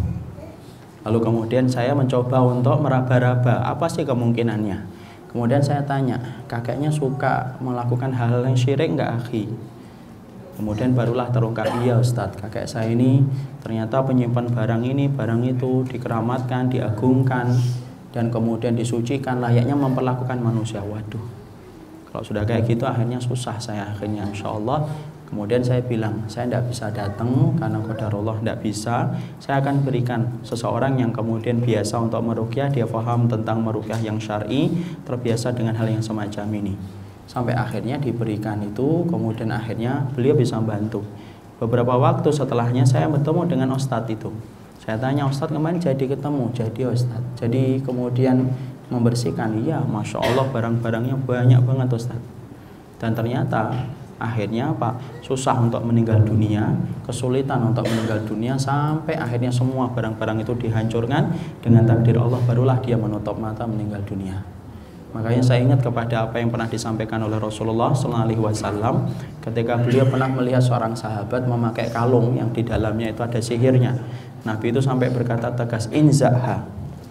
Lalu kemudian saya mencoba untuk meraba-raba apa sih kemungkinannya. Kemudian saya tanya, kakeknya suka melakukan hal-hal yang syirik enggak, akhi? Kemudian barulah terungkap, iya Ustadz, kakek saya ini ternyata penyimpan barang ini, barang itu, dikeramatkan, diagungkan, dan kemudian disucikan, layaknya memperlakukan manusia. Waduh, kalau sudah kayak gitu akhirnya susah saya akhirnya, insya Allah. Kemudian saya bilang, saya tidak bisa datang karena qadarullah tidak bisa. Saya akan berikan seseorang yang kemudian biasa untuk meruqyah, dia paham tentang meruqyah yang syar'i, terbiasa dengan hal yang semacam ini. Sampai akhirnya diberikan itu, kemudian akhirnya beliau bisa membantu. Beberapa waktu setelahnya saya bertemu dengan Ustadz itu. Saya tanya, Ustadz kemarin jadi ketemu? Jadi Ustadz. Jadi kemudian membersihkan, iya Masya Allah barang-barangnya banyak banget Ustadz. Dan ternyata akhirnya apa? Susah untuk meninggal dunia, kesulitan untuk meninggal dunia, sampai akhirnya semua barang-barang itu dihancurkan. Dengan takdir Allah barulah dia menutup mata meninggal dunia. Makanya saya ingat kepada apa yang pernah disampaikan oleh Rasulullah SAW ketika beliau pernah melihat seorang sahabat memakai kalung yang di dalamnya itu ada sihirnya. Nabi itu sampai berkata tegas, inzaha,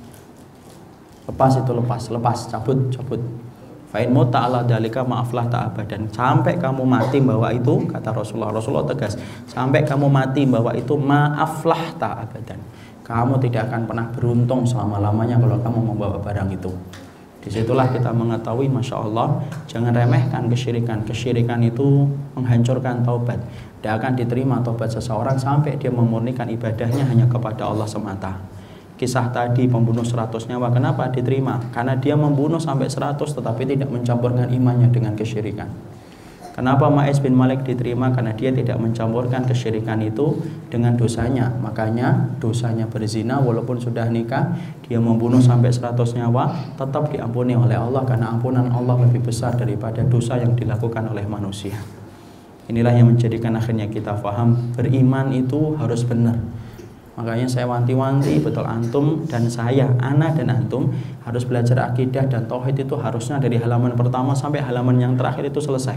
lepas itu, lepas, cabut. Fa'in muta ala dalika maaflah ta'abadan. Sampai kamu mati bahwa itu, kata Rasulullah tegas, sampai kamu mati bahwa itu maaflah ta'abadan. Kamu tidak akan pernah beruntung selama-lamanya kalau kamu membawa barang itu. Disitulah kita mengetahui, Masya Allah, jangan remehkan kesyirikan. Kesyirikan itu menghancurkan taubat. Tidak akan diterima taubat seseorang sampai dia memurnikan ibadahnya hanya kepada Allah semata. Kisah tadi pembunuh 100 nyawa, kenapa diterima? Karena dia membunuh sampai 100 tetapi tidak mencampurkan imannya dengan kesyirikan. Kenapa Ma'is bin Malik diterima? Karena dia tidak mencampurkan kesyirikan itu dengan dosanya. Makanya dosanya berzina walaupun sudah nikah, dia membunuh sampai 100 nyawa, tetap diampuni oleh Allah karena ampunan Allah lebih besar daripada dosa yang dilakukan oleh manusia. Inilah yang menjadikan akhirnya kita paham beriman itu harus benar. Makanya saya wanti-wanti betul antum dan saya, ana dan antum harus belajar akidah dan tauhid itu harusnya dari halaman pertama sampai halaman yang terakhir itu selesai.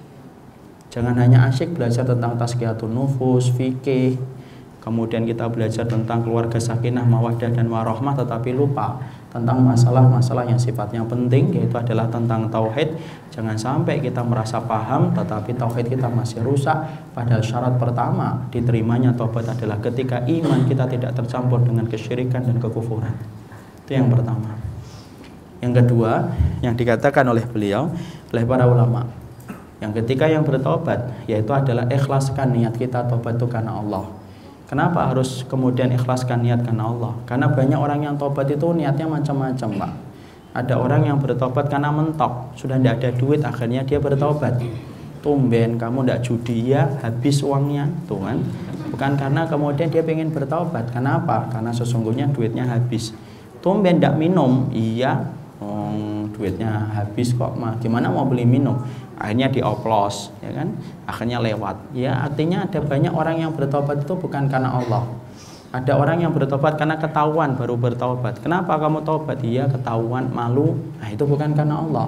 Jangan hanya asyik belajar tentang tazkiyatun nufus, fikih, kemudian kita belajar tentang keluarga sakinah, mawaddah dan warahmah, tetapi lupa tentang masalah-masalah yang sifatnya penting, yaitu adalah tentang tauhid. Jangan sampai kita merasa paham tetapi tauhid kita masih rusak. Padahal syarat pertama diterimanya taubat adalah ketika iman kita tidak tercampur dengan kesyirikan dan kekufuran. Itu yang pertama. Yang kedua, yang dikatakan oleh beliau, oleh para ulama, yang ketiga yang bertobat, yaitu adalah ikhlaskan niat kita tobat itu karena Allah. Kenapa harus kemudian ikhlaskan niat karena Allah? Karena banyak orang yang tobat itu niatnya macam-macam, Pak. Ada orang yang bertobat karena mentok, sudah tidak ada duit, akhirnya dia bertobat. Tumben kamu tidak judi, ya habis uangnya, tuh kan? Bukan karena kemudian dia ingin bertobat. Kenapa? Karena sesungguhnya duitnya habis. Tumben tidak minum, iya. duitnya habis kok, gimana mau beli minum? Akhirnya dioplos, ya kan? Akhirnya lewat. Ya artinya ada banyak orang yang bertobat itu bukan karena Allah. Ada orang yang bertobat karena ketahuan baru bertobat. Kenapa kamu tobat? Iya ketahuan, malu. Nah itu bukan karena Allah.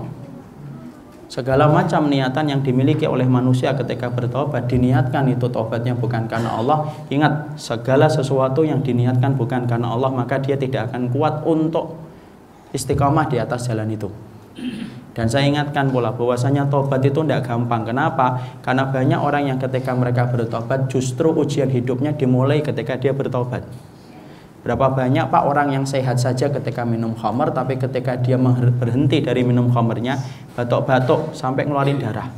Segala macam niatan yang dimiliki oleh manusia ketika bertobat, diniatkan itu tobatnya bukan karena Allah. Ingat, segala sesuatu yang diniatkan bukan karena Allah, maka dia tidak akan kuat untuk istiqomah di atas jalan itu. Dan saya ingatkan pula bahwasanya tobat itu tidak gampang. Kenapa? Karena banyak orang yang ketika mereka bertobat justru ujian hidupnya dimulai ketika dia bertobat. Berapa banyak Pak orang yang sehat saja ketika minum khamr, tapi ketika dia berhenti dari minum khamrnya batuk-batuk sampai ngeluarin darah.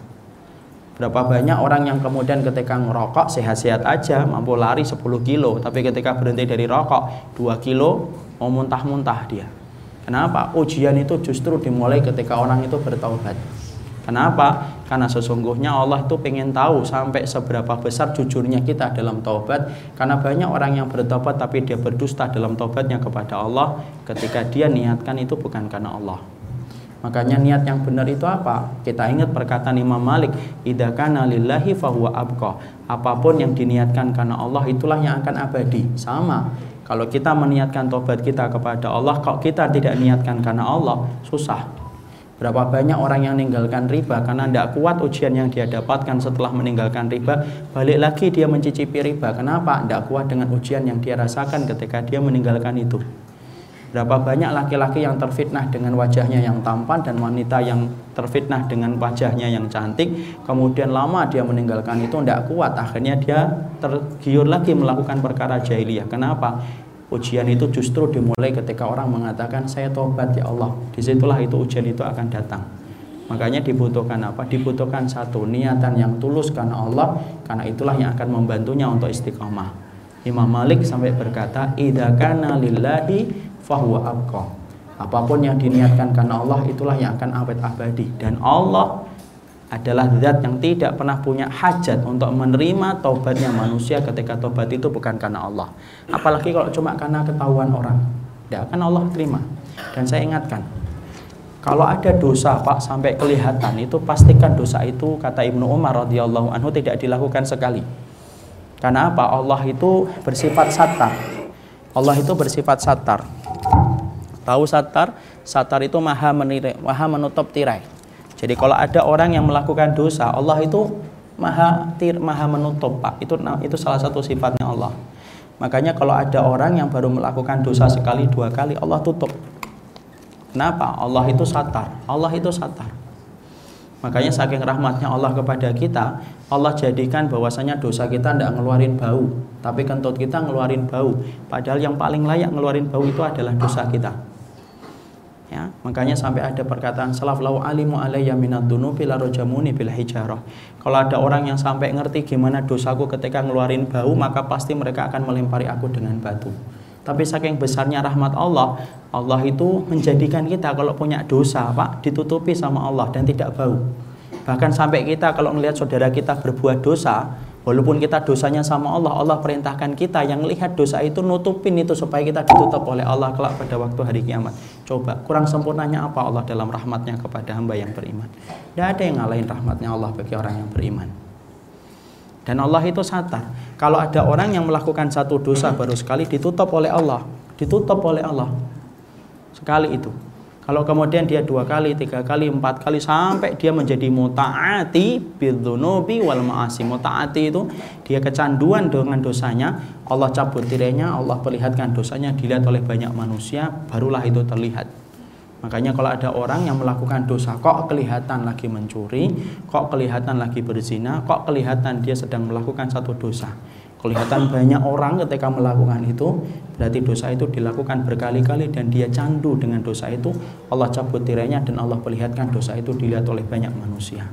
Berapa banyak orang yang kemudian ketika ngerokok sehat-sehat aja mampu lari 10 kilo, tapi ketika berhenti dari rokok 2 kilo mau muntah-muntah dia. Kenapa? Ujian itu justru dimulai ketika orang itu bertaubat. Kenapa? Karena sesungguhnya Allah itu pengen tahu sampai seberapa besar jujurnya kita dalam taubat. Karena banyak orang yang bertaubat tapi dia berdusta dalam taubatnya kepada Allah ketika dia niatkan itu bukan karena Allah. Makanya niat yang benar itu apa? Kita ingat perkataan Imam Malik, idza kana lillahi fahuwa abqa. Apapun yang diniatkan karena Allah itulah yang akan abadi. Sama. Kalau kita meniatkan tobat kita kepada Allah, kalau kita tidak niatkan karena Allah, susah. Berapa banyak orang yang meninggalkan riba karena tidak kuat ujian yang dia dapatkan setelah meninggalkan riba, balik lagi dia mencicipi riba. Kenapa? Tidak kuat dengan ujian yang dia rasakan ketika dia meninggalkan itu. Berapa banyak laki-laki yang terfitnah dengan wajahnya yang tampan dan wanita yang terfitnah dengan wajahnya yang cantik, kemudian lama dia meninggalkan itu tidak kuat, akhirnya dia tergiur lagi melakukan perkara jahiliyah. Kenapa? Ujian itu justru dimulai ketika orang mengatakan saya tobat ya Allah. Disitulah itu ujian itu akan datang. Makanya dibutuhkan apa? Dibutuhkan satu niatan yang tulus karena Allah, karena itulah yang akan membantunya untuk istiqomah. Imam Malik sampai berkata, idza kana lillahi fahuwa abqa. Apapun yang diniatkan karena Allah itulah yang akan awet abadi. Dan Allah adalah zat yang tidak pernah punya hajat untuk menerima taubatnya manusia ketika taubat itu bukan karena Allah. Apalagi kalau cuma karena ketahuan orang, tidak akan Allah terima. Dan saya ingatkan, kalau ada dosa Pak sampai kelihatan, itu pastikan dosa itu, kata Ibnu Umar radhiyallahu anhu, tidak dilakukan sekali. Karena apa? Allah itu bersifat satar. Allah itu bersifat satar. Tahu satar? Satar itu maha menutup tirai. Jadi kalau ada orang yang melakukan dosa, Allah itu maha menutup, Pak. Itu salah satu sifatnya Allah. Makanya kalau ada orang yang baru melakukan dosa sekali, 2 kali, Allah tutup. Kenapa? Allah itu satar. Allah itu satar. Makanya saking rahmatnya Allah kepada kita, Allah jadikan bahwasanya dosa kita tidak ngeluarin bau, tapi kentut kita ngeluarin bau. Padahal yang paling layak ngeluarin bau itu adalah dosa kita. Ya, makanya sampai ada perkataan salaf, lau alimu alayya minad dunubi la rajamuni bil hijarah. Kalau ada orang yang sampai ngerti gimana dosaku ketika ngeluarin bau, maka pasti mereka akan melempari aku dengan batu. Tapi saking besarnya rahmat Allah, Allah itu menjadikan kita kalau punya dosa, Pak, ditutupi sama Allah dan tidak bau. Bahkan sampai kita kalau melihat saudara kita berbuat dosa, walaupun kita dosanya sama Allah, Allah perintahkan kita yang melihat dosa itu nutupin itu supaya kita ditutup oleh Allah kelak pada waktu hari kiamat. Coba, kurang sempurnanya apa Allah dalam rahmatnya kepada hamba yang beriman? Tidak ada yang ngalahin rahmatnya Allah bagi orang yang beriman. Dan Allah itu satar. Kalau ada orang yang melakukan satu dosa baru sekali, ditutup oleh Allah. Ditutup oleh Allah. Sekali itu. Kalau kemudian dia 2 kali, 3 kali, 4 kali, sampai dia menjadi muta'ati bidzunubi wal ma'asi. Muta'ati itu dia kecanduan dengan dosanya, Allah cabut tirainya, Allah perlihatkan dosanya, dilihat oleh banyak manusia, barulah itu terlihat. Makanya kalau ada orang yang melakukan dosa, kok kelihatan lagi mencuri, kok kelihatan lagi berzina, kok kelihatan dia sedang melakukan satu dosa, kelihatan banyak orang ketika melakukan itu, berarti dosa itu dilakukan berkali-kali dan dia candu dengan dosa itu, Allah cabut tirainya dan Allah perlihatkan dosa itu dilihat oleh banyak manusia.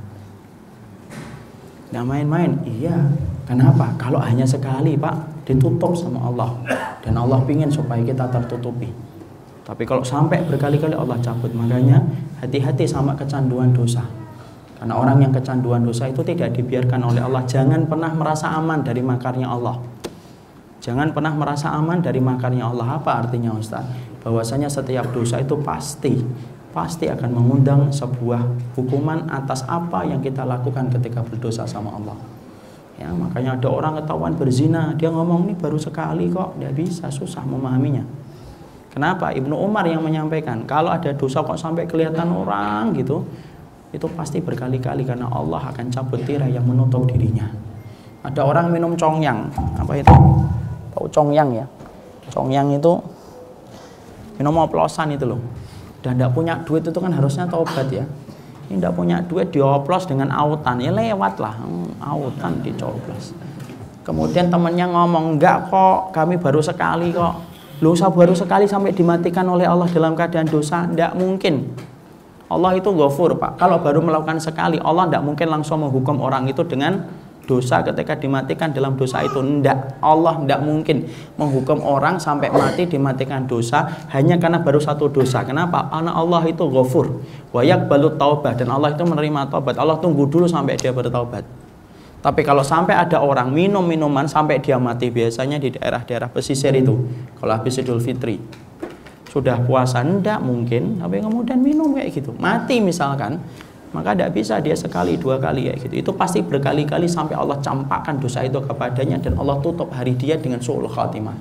Nah main-main, iya. Kenapa? Kalau hanya sekali Pak, ditutup sama Allah. Dan Allah ingin supaya kita tertutupi. Tapi kalau sampai berkali-kali Allah cabut. Makanya hati-hati sama kecanduan dosa. Karena orang yang kecanduan dosa itu tidak dibiarkan oleh Allah. Jangan pernah merasa aman dari makarnya Allah. Jangan pernah merasa aman dari makarnya Allah. Apa artinya Ustaz? Bahwasanya setiap dosa itu pasti pasti akan mengundang sebuah hukuman atas apa yang kita lakukan ketika berdosa sama Allah. Ya, makanya ada orang ketahuan berzina, dia ngomong ini baru sekali kok, tidak bisa, susah memahaminya. Kenapa? Ibnu Umar yang menyampaikan, kalau ada dosa kok sampai kelihatan orang gitu, itu pasti berkali-kali karena Allah akan cabut tirai yang menutup dirinya. Ada orang minum congyang, apa itu? Tahu congyang ya? Congyang itu minum oplosan itu loh. Dan tidak punya duit itu kan harusnya taubat ya. Ini tidak punya duit dioplos dengan autan, ya lewat lah, autan dicoplos. Kemudian temannya ngomong, enggak kok, kami baru sekali kok. Loh, baru sekali sampai dimatikan oleh Allah dalam keadaan dosa? Tidak mungkin. Allah itu ghafur, Pak. Kalau baru melakukan sekali, Allah tidak mungkin langsung menghukum orang itu dengan dosa ketika dimatikan dalam dosa itu. Tidak. Allah tidak mungkin menghukum orang sampai mati dimatikan dosa hanya karena baru satu dosa. Kenapa? Karena Allah itu ghafur. Wa yaqbalu taubah, dan Allah itu menerima taubat. Allah tunggu dulu sampai dia bertaubat. Tapi kalau sampai ada orang minum minuman sampai dia mati, biasanya di daerah-daerah pesisir itu, kalau habis Idul Fitri, sudah puasa, tidak mungkin, tapi kemudian minum kayak gitu, mati misalkan, maka tidak bisa dia sekali, dua kali kayak gitu. Itu pasti berkali-kali sampai Allah campakkan dosa itu kepadanya dan Allah tutup hari dia dengan su'ul khatimah.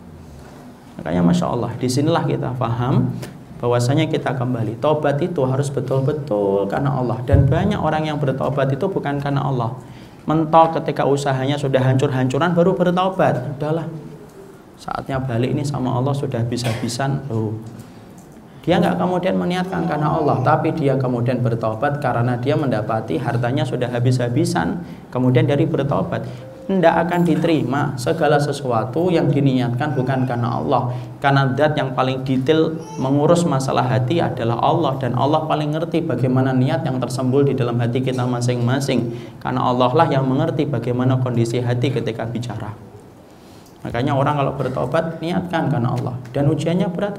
Makanya Masya Allah, disinilah kita paham bahwasanya kita kembali. Taubat itu harus betul-betul karena Allah. Dan banyak orang yang bertaubat itu bukan karena Allah. Mentok ketika usahanya sudah hancur-hancuran baru bertaubat. Udahlah, saatnya balik ini sama Allah, sudah habis-habisan. Loh, dia nggak kemudian meniatkan karena Allah, tapi dia kemudian bertaubat karena dia mendapati hartanya sudah habis-habisan. Kemudian dari bertaubat, tidak akan diterima segala sesuatu yang diniatkan bukan karena Allah. Karena zat yang paling detail mengurus masalah hati adalah Allah, dan Allah paling ngerti bagaimana niat yang tersembul di dalam hati kita masing-masing. Karena Allah lah yang mengerti bagaimana kondisi hati ketika bicara. Makanya orang kalau bertobat niatkan karena Allah, dan ujiannya berat.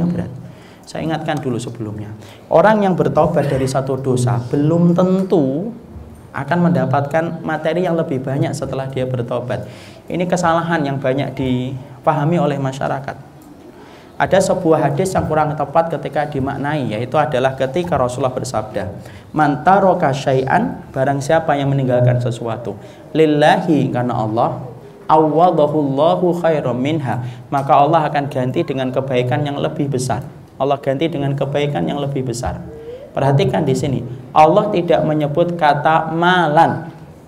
Saya ingatkan dulu sebelumnya, orang yang bertobat dari satu dosa belum tentu akan mendapatkan materi yang lebih banyak setelah dia bertobat. Ini kesalahan yang banyak dipahami oleh masyarakat. Ada sebuah hadis yang kurang tepat ketika dimaknai, yaitu adalah ketika Rasulullah bersabda, man taraka syai'an, barang siapa yang meninggalkan sesuatu lillahi, karena Allah, awwadahullahu khairam minha, maka Allah akan ganti dengan kebaikan yang lebih besar. Allah ganti dengan kebaikan yang lebih besar. Perhatikan di sini, Allah tidak menyebut kata malan,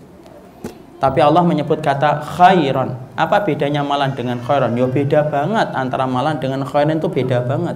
tapi Allah menyebut kata khairon. Apa bedanya malan dengan khairon? Ya beda banget, antara malan dengan khairon itu beda banget.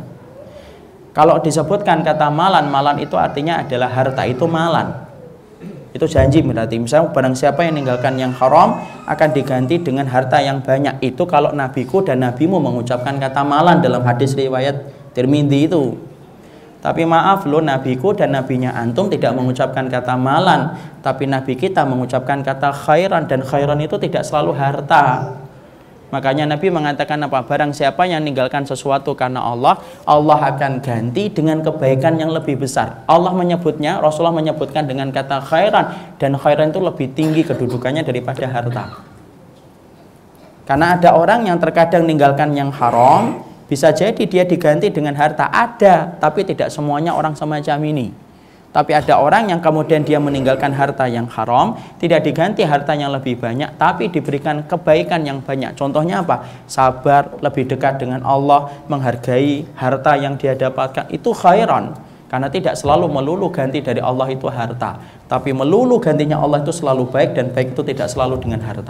Kalau disebutkan kata malan, malan itu artinya adalah harta, itu malan. Itu janji berarti. Misalnya barang siapa yang meninggalkan yang haram akan diganti dengan harta yang banyak. Itu kalau nabiku dan nabimu mengucapkan kata malan dalam hadis riwayat Tirmidzi itu. Tapi maaf loh, nabiku dan nabinya antum tidak mengucapkan kata malan, tapi nabi kita mengucapkan kata khairan, dan khairan itu tidak selalu harta. Makanya Nabi mengatakan apa? Barang siapa yang meninggalkan sesuatu karena Allah, Allah akan ganti dengan kebaikan yang lebih besar. Allah menyebutnya, Rasulullah menyebutkan dengan kata khairan, dan khairan itu lebih tinggi kedudukannya daripada harta. Karena ada orang yang terkadang meninggalkan yang haram, bisa jadi dia diganti dengan harta, ada, tapi tidak semuanya orang semacam ini. Tapi ada orang yang kemudian dia meninggalkan harta yang haram, tidak diganti harta yang lebih banyak, tapi diberikan kebaikan yang banyak. Contohnya apa? Sabar, lebih dekat dengan Allah, menghargai harta yang dia dapatkan, itu khairan. Karena tidak selalu melulu ganti dari Allah itu harta, tapi melulu gantinya Allah itu selalu baik, dan baik itu tidak selalu dengan harta.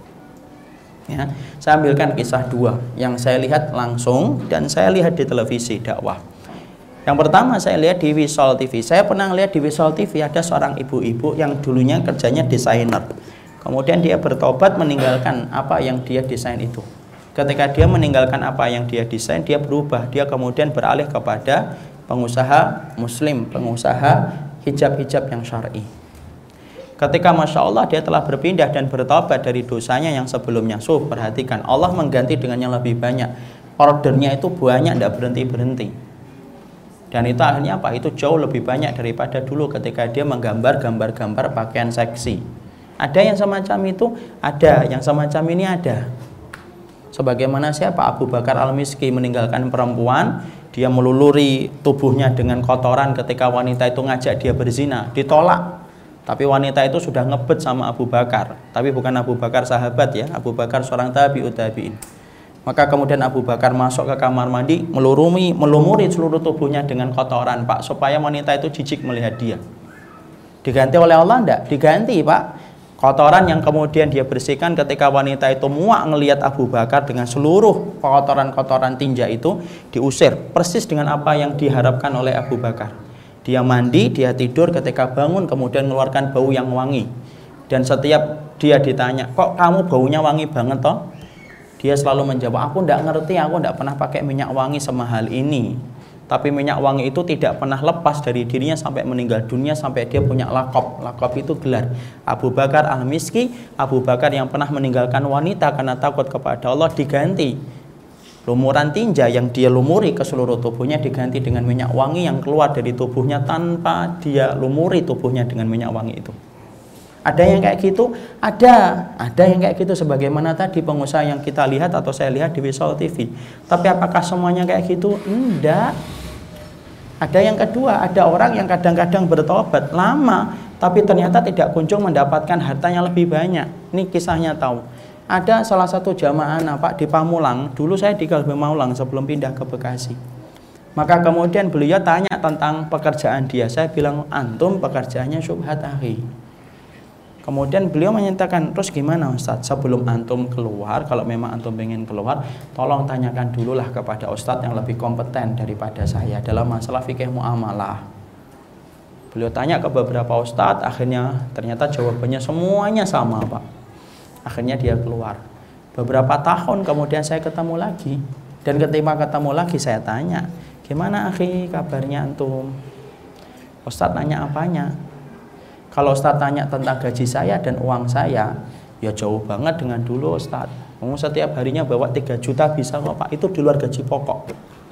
Ya, saya ambilkan kisah dua yang saya lihat langsung dan saya lihat di televisi dakwah. Yang pertama saya lihat di Wisol TV. Saya pernah lihat di Wisol TV ada seorang ibu-ibu yang dulunya kerjanya desainer. Kemudian dia bertobat meninggalkan apa yang dia desain itu. Ketika dia meninggalkan apa yang dia desain, dia berubah. Dia kemudian beralih kepada pengusaha muslim, pengusaha hijab-hijab yang syar'i. Ketika Masya Allah dia telah berpindah dan bertobat dari dosanya yang sebelumnya. Perhatikan, Allah mengganti dengan yang lebih banyak. Ordernya itu banyak, tidak berhenti-berhenti. Dan itu akhirnya apa? Itu jauh lebih banyak daripada dulu ketika dia menggambar gambar-gambar pakaian seksi. Ada yang semacam itu? Ada. Yang semacam ini ada. Sebagaimana siapa? Abu Bakar Al-Miski meninggalkan perempuan, dia meluluri tubuhnya dengan kotoran ketika wanita itu ngajak dia berzina, ditolak. Tapi wanita itu sudah ngebet sama Abu Bakar. Tapi bukan Abu Bakar sahabat ya, Abu Bakar seorang tabi'ut tabi'in. Maka kemudian Abu Bakar masuk ke kamar mandi, melumuri seluruh tubuhnya dengan kotoran, Pak, supaya wanita itu jijik melihat dia. Diganti oleh Allah enggak? Diganti, Pak. Kotoran yang kemudian dia bersihkan ketika wanita itu muak ngelihat Abu Bakar dengan seluruh kotoran-kotoran tinja itu diusir. Persis dengan apa yang diharapkan oleh Abu Bakar. Dia mandi, dia tidur, ketika bangun kemudian mengeluarkan bau yang wangi. Dan setiap dia ditanya, kok kamu baunya wangi banget toh? Dia selalu menjawab, aku tidak ngerti, aku tidak pernah pakai minyak wangi semahal ini. Tapi minyak wangi itu tidak pernah lepas dari dirinya sampai meninggal dunia, sampai dia punya lakop. Lakop itu gelar. Abu Bakar al-Miski, Abu Bakar yang pernah meninggalkan wanita karena takut kepada Allah, diganti. Lumuran tinja yang dia lumuri ke seluruh tubuhnya diganti dengan minyak wangi yang keluar dari tubuhnya tanpa dia lumuri tubuhnya dengan minyak wangi itu. Ada yang kayak gitu? Ada yang kayak gitu, sebagaimana tadi pengusaha yang kita lihat atau saya lihat di Visual TV. Tapi apakah semuanya kayak gitu? Enggak. Ada yang kedua, ada orang yang kadang-kadang bertobat lama tapi ternyata tidak kunjung mendapatkan harta yang lebih banyak. Ini kisahnya tahu. Ada salah satu jamaah Pak di Pamulang. Dulu saya di Pamulang sebelum pindah ke Bekasi. Maka kemudian beliau tanya tentang pekerjaan dia. Saya bilang, antum pekerjaannya syubhat akhi. Kemudian beliau menyatakan, terus gimana Ustadz? Sebelum antum keluar, kalau memang antum pengen keluar, tolong tanyakan dululah kepada Ustadz yang lebih kompeten daripada saya dalam masalah fikih muamalah. Beliau tanya ke beberapa Ustadz, akhirnya ternyata jawabannya semuanya sama, Pak. Akhirnya dia keluar. Beberapa tahun kemudian saya ketemu lagi. Dan ketika ketemu lagi saya tanya, gimana akhi kabarnya antum? Ustadz nanya apanya? Kalau Ustadz tanya tentang gaji saya dan uang saya, ya jauh banget dengan dulu Ustadz. Setiap harinya bawa 3 juta bisa kok Pak. Itu di luar gaji pokok.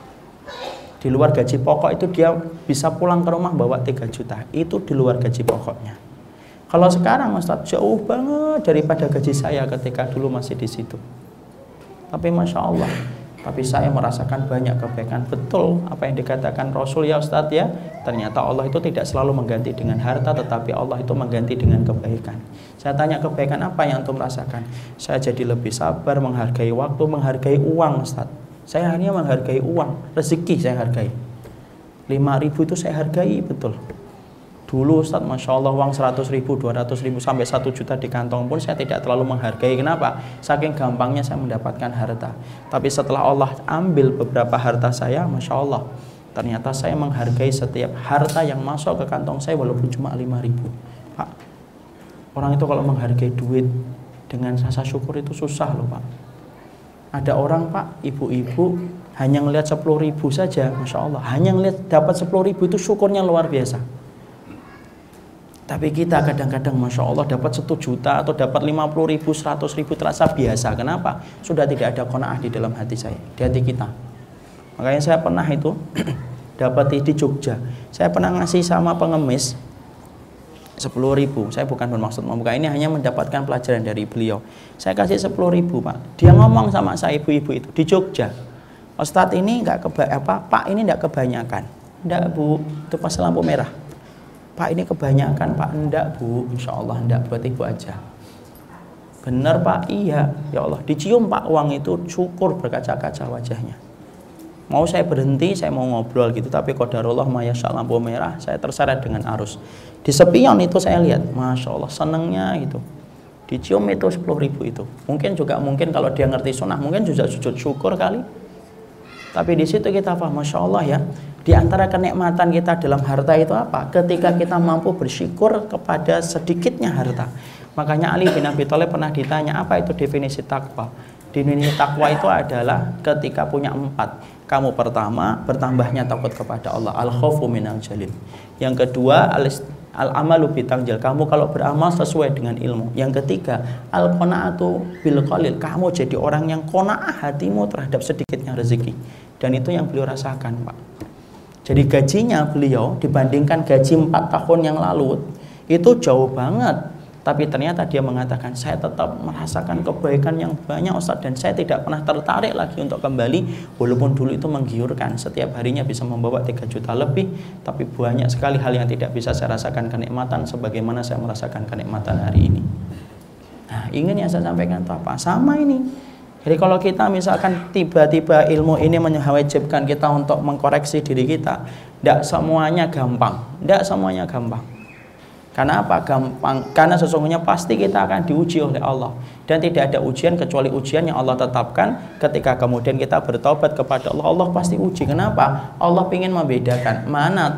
Di luar gaji pokok itu dia bisa pulang ke rumah bawa 3 juta. Itu di luar gaji pokoknya. Kalau sekarang Ustadz jauh banget daripada gaji saya ketika dulu masih di situ. Tapi Masya Allah, tapi saya merasakan banyak kebaikan. Betul apa yang dikatakan Rasul ya Ustadz ya. Ternyata Allah itu tidak selalu mengganti dengan harta, tetapi Allah itu mengganti dengan kebaikan. Saya tanya kebaikan apa yang antum rasakan? Saya jadi lebih sabar, menghargai waktu, menghargai uang Ustadz. Saya hanya menghargai uang, rezeki saya hargai. 5.000 itu saya hargai betul. Dulu Ustadz, Masya Allah uang 100.000, 200.000 sampai 1 juta di kantong pun saya tidak terlalu menghargai. Kenapa? Saking gampangnya saya mendapatkan harta. Tapi setelah Allah ambil beberapa harta saya, Masya Allah, ternyata saya menghargai setiap harta yang masuk ke kantong saya walaupun cuma 5.000. Pak, orang itu kalau menghargai duit dengan rasa syukur itu susah loh Pak. Ada orang Pak, ibu-ibu hanya ngelihat 10.000 saja, Masya Allah, hanya ngelihat dapat 10.000 itu syukurnya luar biasa. Tapi kita kadang-kadang Masya Allah dapat 1 juta atau dapat 50.000, 100.000 terasa biasa. Kenapa? Sudah tidak ada qanaah di dalam hati saya, di hati kita. Makanya saya pernah itu dapat di Jogja. Saya pernah ngasih sama pengemis 10.000. Saya bukan bermaksud membuka ini, hanya mendapatkan pelajaran dari beliau. Saya kasih 10.000 Pak. Dia ngomong sama saya ibu-ibu itu di Jogja, Ustadz ini Pak ini enggak kebanyakan. Enggak Bu, itu pas lampu merah. Pak ini kebanyakan Pak, enggak Bu, insya Allah enggak, buat ibu aja. Bener Pak, iya. Ya Allah, dicium Pak uang itu, syukur berkaca-kaca wajahnya. Mau saya berhenti, saya mau ngobrol gitu, tapi qadarullah mayasya lampu merah, saya terseret dengan arus. Di spion itu saya lihat, Masya Allah senengnya gitu. Dicium itu 10.000 itu. Mungkin kalau dia ngerti sunnah, mungkin juga sujud syukur kali. Tapi di situ kita paham, Masya Allah ya. Di antara kenikmatan kita dalam harta itu apa? Ketika kita mampu bersyukur kepada sedikitnya harta. Makanya Ali bin Abi Thalib pernah ditanya, apa itu definisi takwa? Definisi takwa itu adalah ketika punya 4. Kamu pertama, bertambahnya takut kepada Allah. Al-khawfu minal jalil. Yang kedua, al-amalu bitangjil. Kamu kalau beramal sesuai dengan ilmu. Yang ketiga, al-qanaatu bil qalil. Kamu jadi orang yang qanaah hatimu terhadap sedikitnya rezeki. Dan itu yang beliau rasakan, Pak. Jadi gajinya beliau dibandingkan gaji 4 tahun yang lalu itu jauh banget. Tapi ternyata dia mengatakan, saya tetap merasakan kebaikan yang banyak Ustaz, dan saya tidak pernah tertarik lagi untuk kembali. Walaupun dulu itu menggiurkan, setiap harinya bisa membawa 3 juta lebih, tapi banyak sekali hal yang tidak bisa saya rasakan kenikmatan sebagaimana saya merasakan kenikmatan hari ini. Nah, ingin yang saya sampaikan itu apa? Sama ini. Jadi kalau kita misalkan tiba-tiba ilmu ini mewajibkan kita untuk mengkoreksi diri kita, tidak semuanya gampang. Tidak semuanya gampang. Karena apa? Gampang. Karena sesungguhnya pasti kita akan diuji oleh Allah. Dan tidak ada ujian kecuali ujian yang Allah tetapkan. Ketika kemudian kita bertaubat kepada Allah, Allah pasti uji. Kenapa? Allah ingin membedakan mana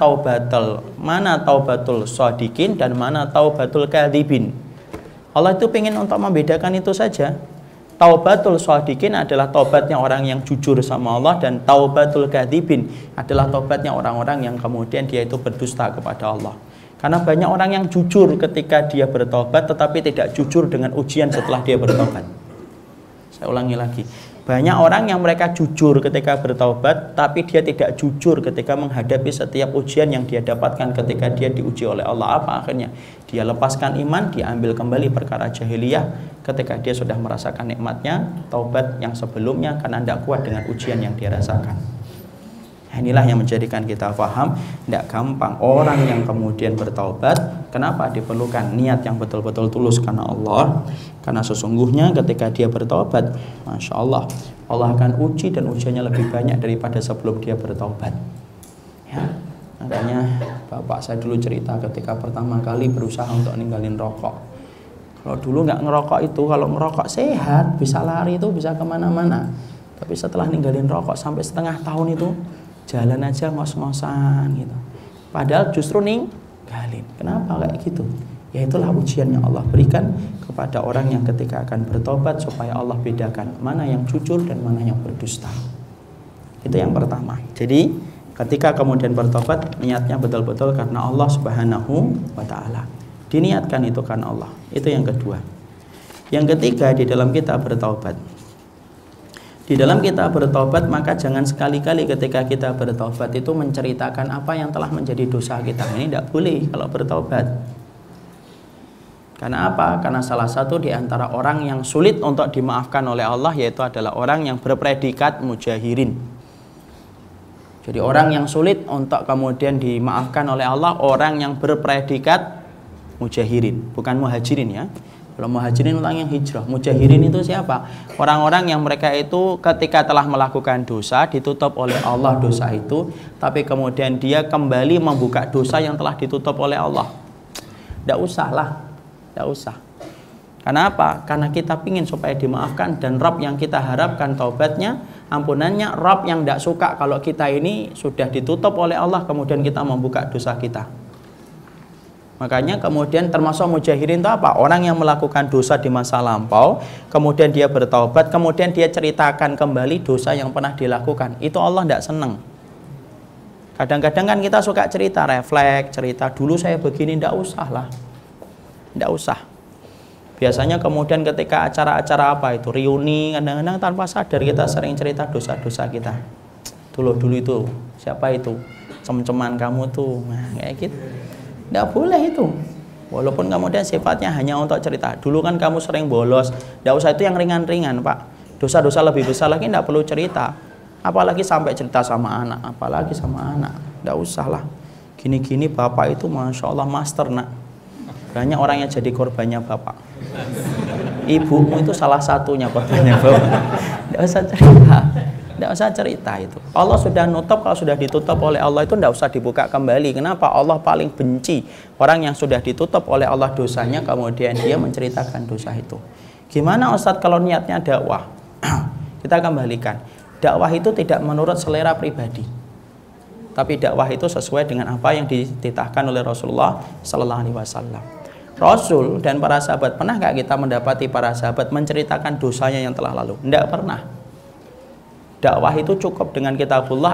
taubatul shodiqin dan mana taubatul kadzibin. Allah itu ingin untuk membedakan itu saja. Taubatul shodiqin adalah taubatnya orang yang jujur sama Allah, dan taubatul kadzibin adalah taubatnya orang-orang yang kemudian dia itu berdusta kepada Allah. Karena banyak orang yang jujur ketika dia bertobat, tetapi tidak jujur dengan ujian setelah dia bertobat. Saya ulangi lagi. Banyak orang yang mereka jujur ketika bertobat, tapi dia tidak jujur ketika menghadapi setiap ujian yang dia dapatkan ketika dia diuji oleh Allah. Apa akhirnya? Dia lepaskan iman, dia ambil kembali perkara jahiliyah ketika dia sudah merasakan nikmatnya taubat yang sebelumnya karena tidak kuat dengan ujian yang dia rasakan. Inilah yang menjadikan kita paham tidak gampang orang yang kemudian bertaubat. Kenapa diperlukan niat yang betul-betul tulus karena Allah? Karena sesungguhnya ketika dia bertaubat, Masya Allah, Allah akan uji dan ujiannya lebih banyak daripada sebelum dia bertaubat. Ya, makanya bapak saya dulu cerita ketika pertama kali berusaha untuk ninggalin rokok. Kalau dulu nggak ngerokok itu, kalau ngerokok sehat, bisa lari itu, bisa kemana-mana. Tapi setelah ninggalin rokok sampai setengah tahun itu, jalan aja ngos-ngosan gitu. Padahal justru ninggalin. Kenapa kayak gitu? Ya itulah ujian yang Allah berikan kepada orang yang ketika akan bertobat, supaya Allah bedakan mana yang jujur dan mana yang berdusta. Itu yang pertama. Jadi ketika kemudian bertobat, niatnya betul-betul karena Allah Subhanahu wa ta'ala. Diniatkan itu karena Allah. Itu yang kedua. Yang ketiga, di dalam kita bertobat, maka jangan sekali-kali ketika kita bertaubat itu menceritakan apa yang telah menjadi dosa kita. Ini tidak boleh kalau bertaubat. Karena apa? Karena salah satu di antara orang yang sulit untuk dimaafkan oleh Allah yaitu adalah orang yang berpredikat mujahirin. Jadi orang yang sulit untuk kemudian dimaafkan oleh Allah, orang yang berpredikat mujahirin, bukan muhajirin ya. Kalau muhajirin orang yang hijrah, mujahirin itu siapa? Orang-orang yang mereka itu ketika telah melakukan dosa ditutup oleh Allah dosa itu, tapi kemudian dia kembali membuka dosa yang telah ditutup oleh Allah. Tidak usah lah, tidak usah. Karena apa? Karena kita ingin supaya dimaafkan, dan Rabb yang kita harapkan taubatnya, ampunannya. Rabb yang tidak suka kalau kita ini sudah ditutup oleh Allah kemudian kita membuka dosa kita. Makanya kemudian termasuk mujahirin itu apa? Orang yang melakukan dosa di masa lampau, kemudian dia bertaubat, kemudian dia ceritakan kembali dosa yang pernah dilakukan. Itu Allah tidak senang. Kadang-kadang kan kita suka cerita, refleks, cerita dulu saya begini, tidak usah lah. Tidak usah. Biasanya kemudian ketika acara-acara apa itu, reuni, kadang-kadang tanpa sadar kita sering cerita dosa-dosa kita. Dulu itu, siapa itu? Cem-ceman kamu tuh, nah, kayak gitu. Tidak boleh itu. Walaupun kemudian sifatnya hanya untuk cerita. Dulu kan kamu sering bolos. Tidak usah, itu yang ringan-ringan Pak. Dosa-dosa lebih besar lagi tidak perlu cerita. Apalagi sampai cerita sama anak. Apalagi sama anak. Tidak usah lah. Gini-gini bapak itu Masya Allah master nak. Banyak orang yang jadi korbannya bapak. Ibumu itu salah satunya korbannya bapak. Tidak usah cerita. Tidak usah cerita itu. Allah sudah nutup, kalau sudah ditutup oleh Allah itu tidak usah dibuka kembali. Kenapa? Allah paling benci orang yang sudah ditutup oleh Allah dosanya kemudian dia menceritakan dosa itu. Gimana Ustadz kalau niatnya dakwah? Kita kembalikan. Dakwah itu tidak menurut selera pribadi. Tapi dakwah itu sesuai dengan apa yang dititahkan oleh Rasulullah Sallallahu Alaihi Wasallam. Rasul dan para sahabat, pernah nggak kita mendapati para sahabat menceritakan dosanya yang telah lalu? Tidak pernah. Dakwah itu cukup dengan kitabullah,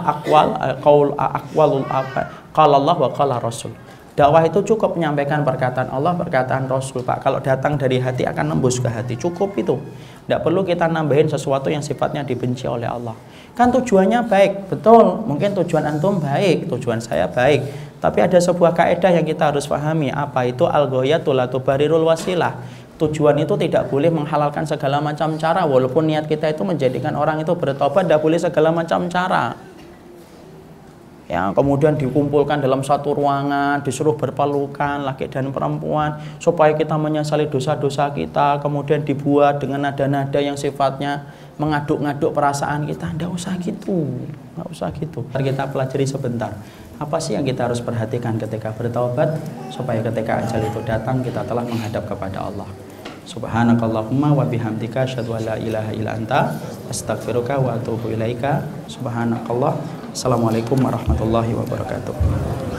aqwalul qala Allah wa qala Rasul. Dakwah itu cukup menyampaikan perkataan Allah, perkataan Rasul, Pak. Kalau datang dari hati akan nembus ke hati. Cukup itu. Tidak perlu kita nambahin sesuatu yang sifatnya dibenci oleh Allah. Kan tujuannya baik, betul. Mungkin tujuan antum baik, tujuan saya baik. Tapi ada sebuah kaidah yang kita harus pahami, apa itu al-ghayatu la tubarirul wasilah. Tujuan itu tidak boleh menghalalkan segala macam cara, walaupun niat kita itu menjadikan orang itu bertobat, tidak boleh segala macam cara. Ya, kemudian dikumpulkan dalam satu ruangan, disuruh berpelukan laki dan perempuan supaya kita menyesali dosa-dosa kita, kemudian dibuat dengan nada-nada yang sifatnya mengaduk-ngaduk perasaan kita. Nggak usah gitu, nggak usah gitu. Kita pelajari sebentar, apa sih yang kita harus perhatikan ketika bertaubat supaya ketika ajal itu datang kita telah menghadap kepada Allah. Subhanakallahumma wa bihamdika asyhadu an la ilaha illa anta astaghfiruka wa atubu ilaika. Subhanakallah. Assalamualaikum warahmatullahi wabarakatuh.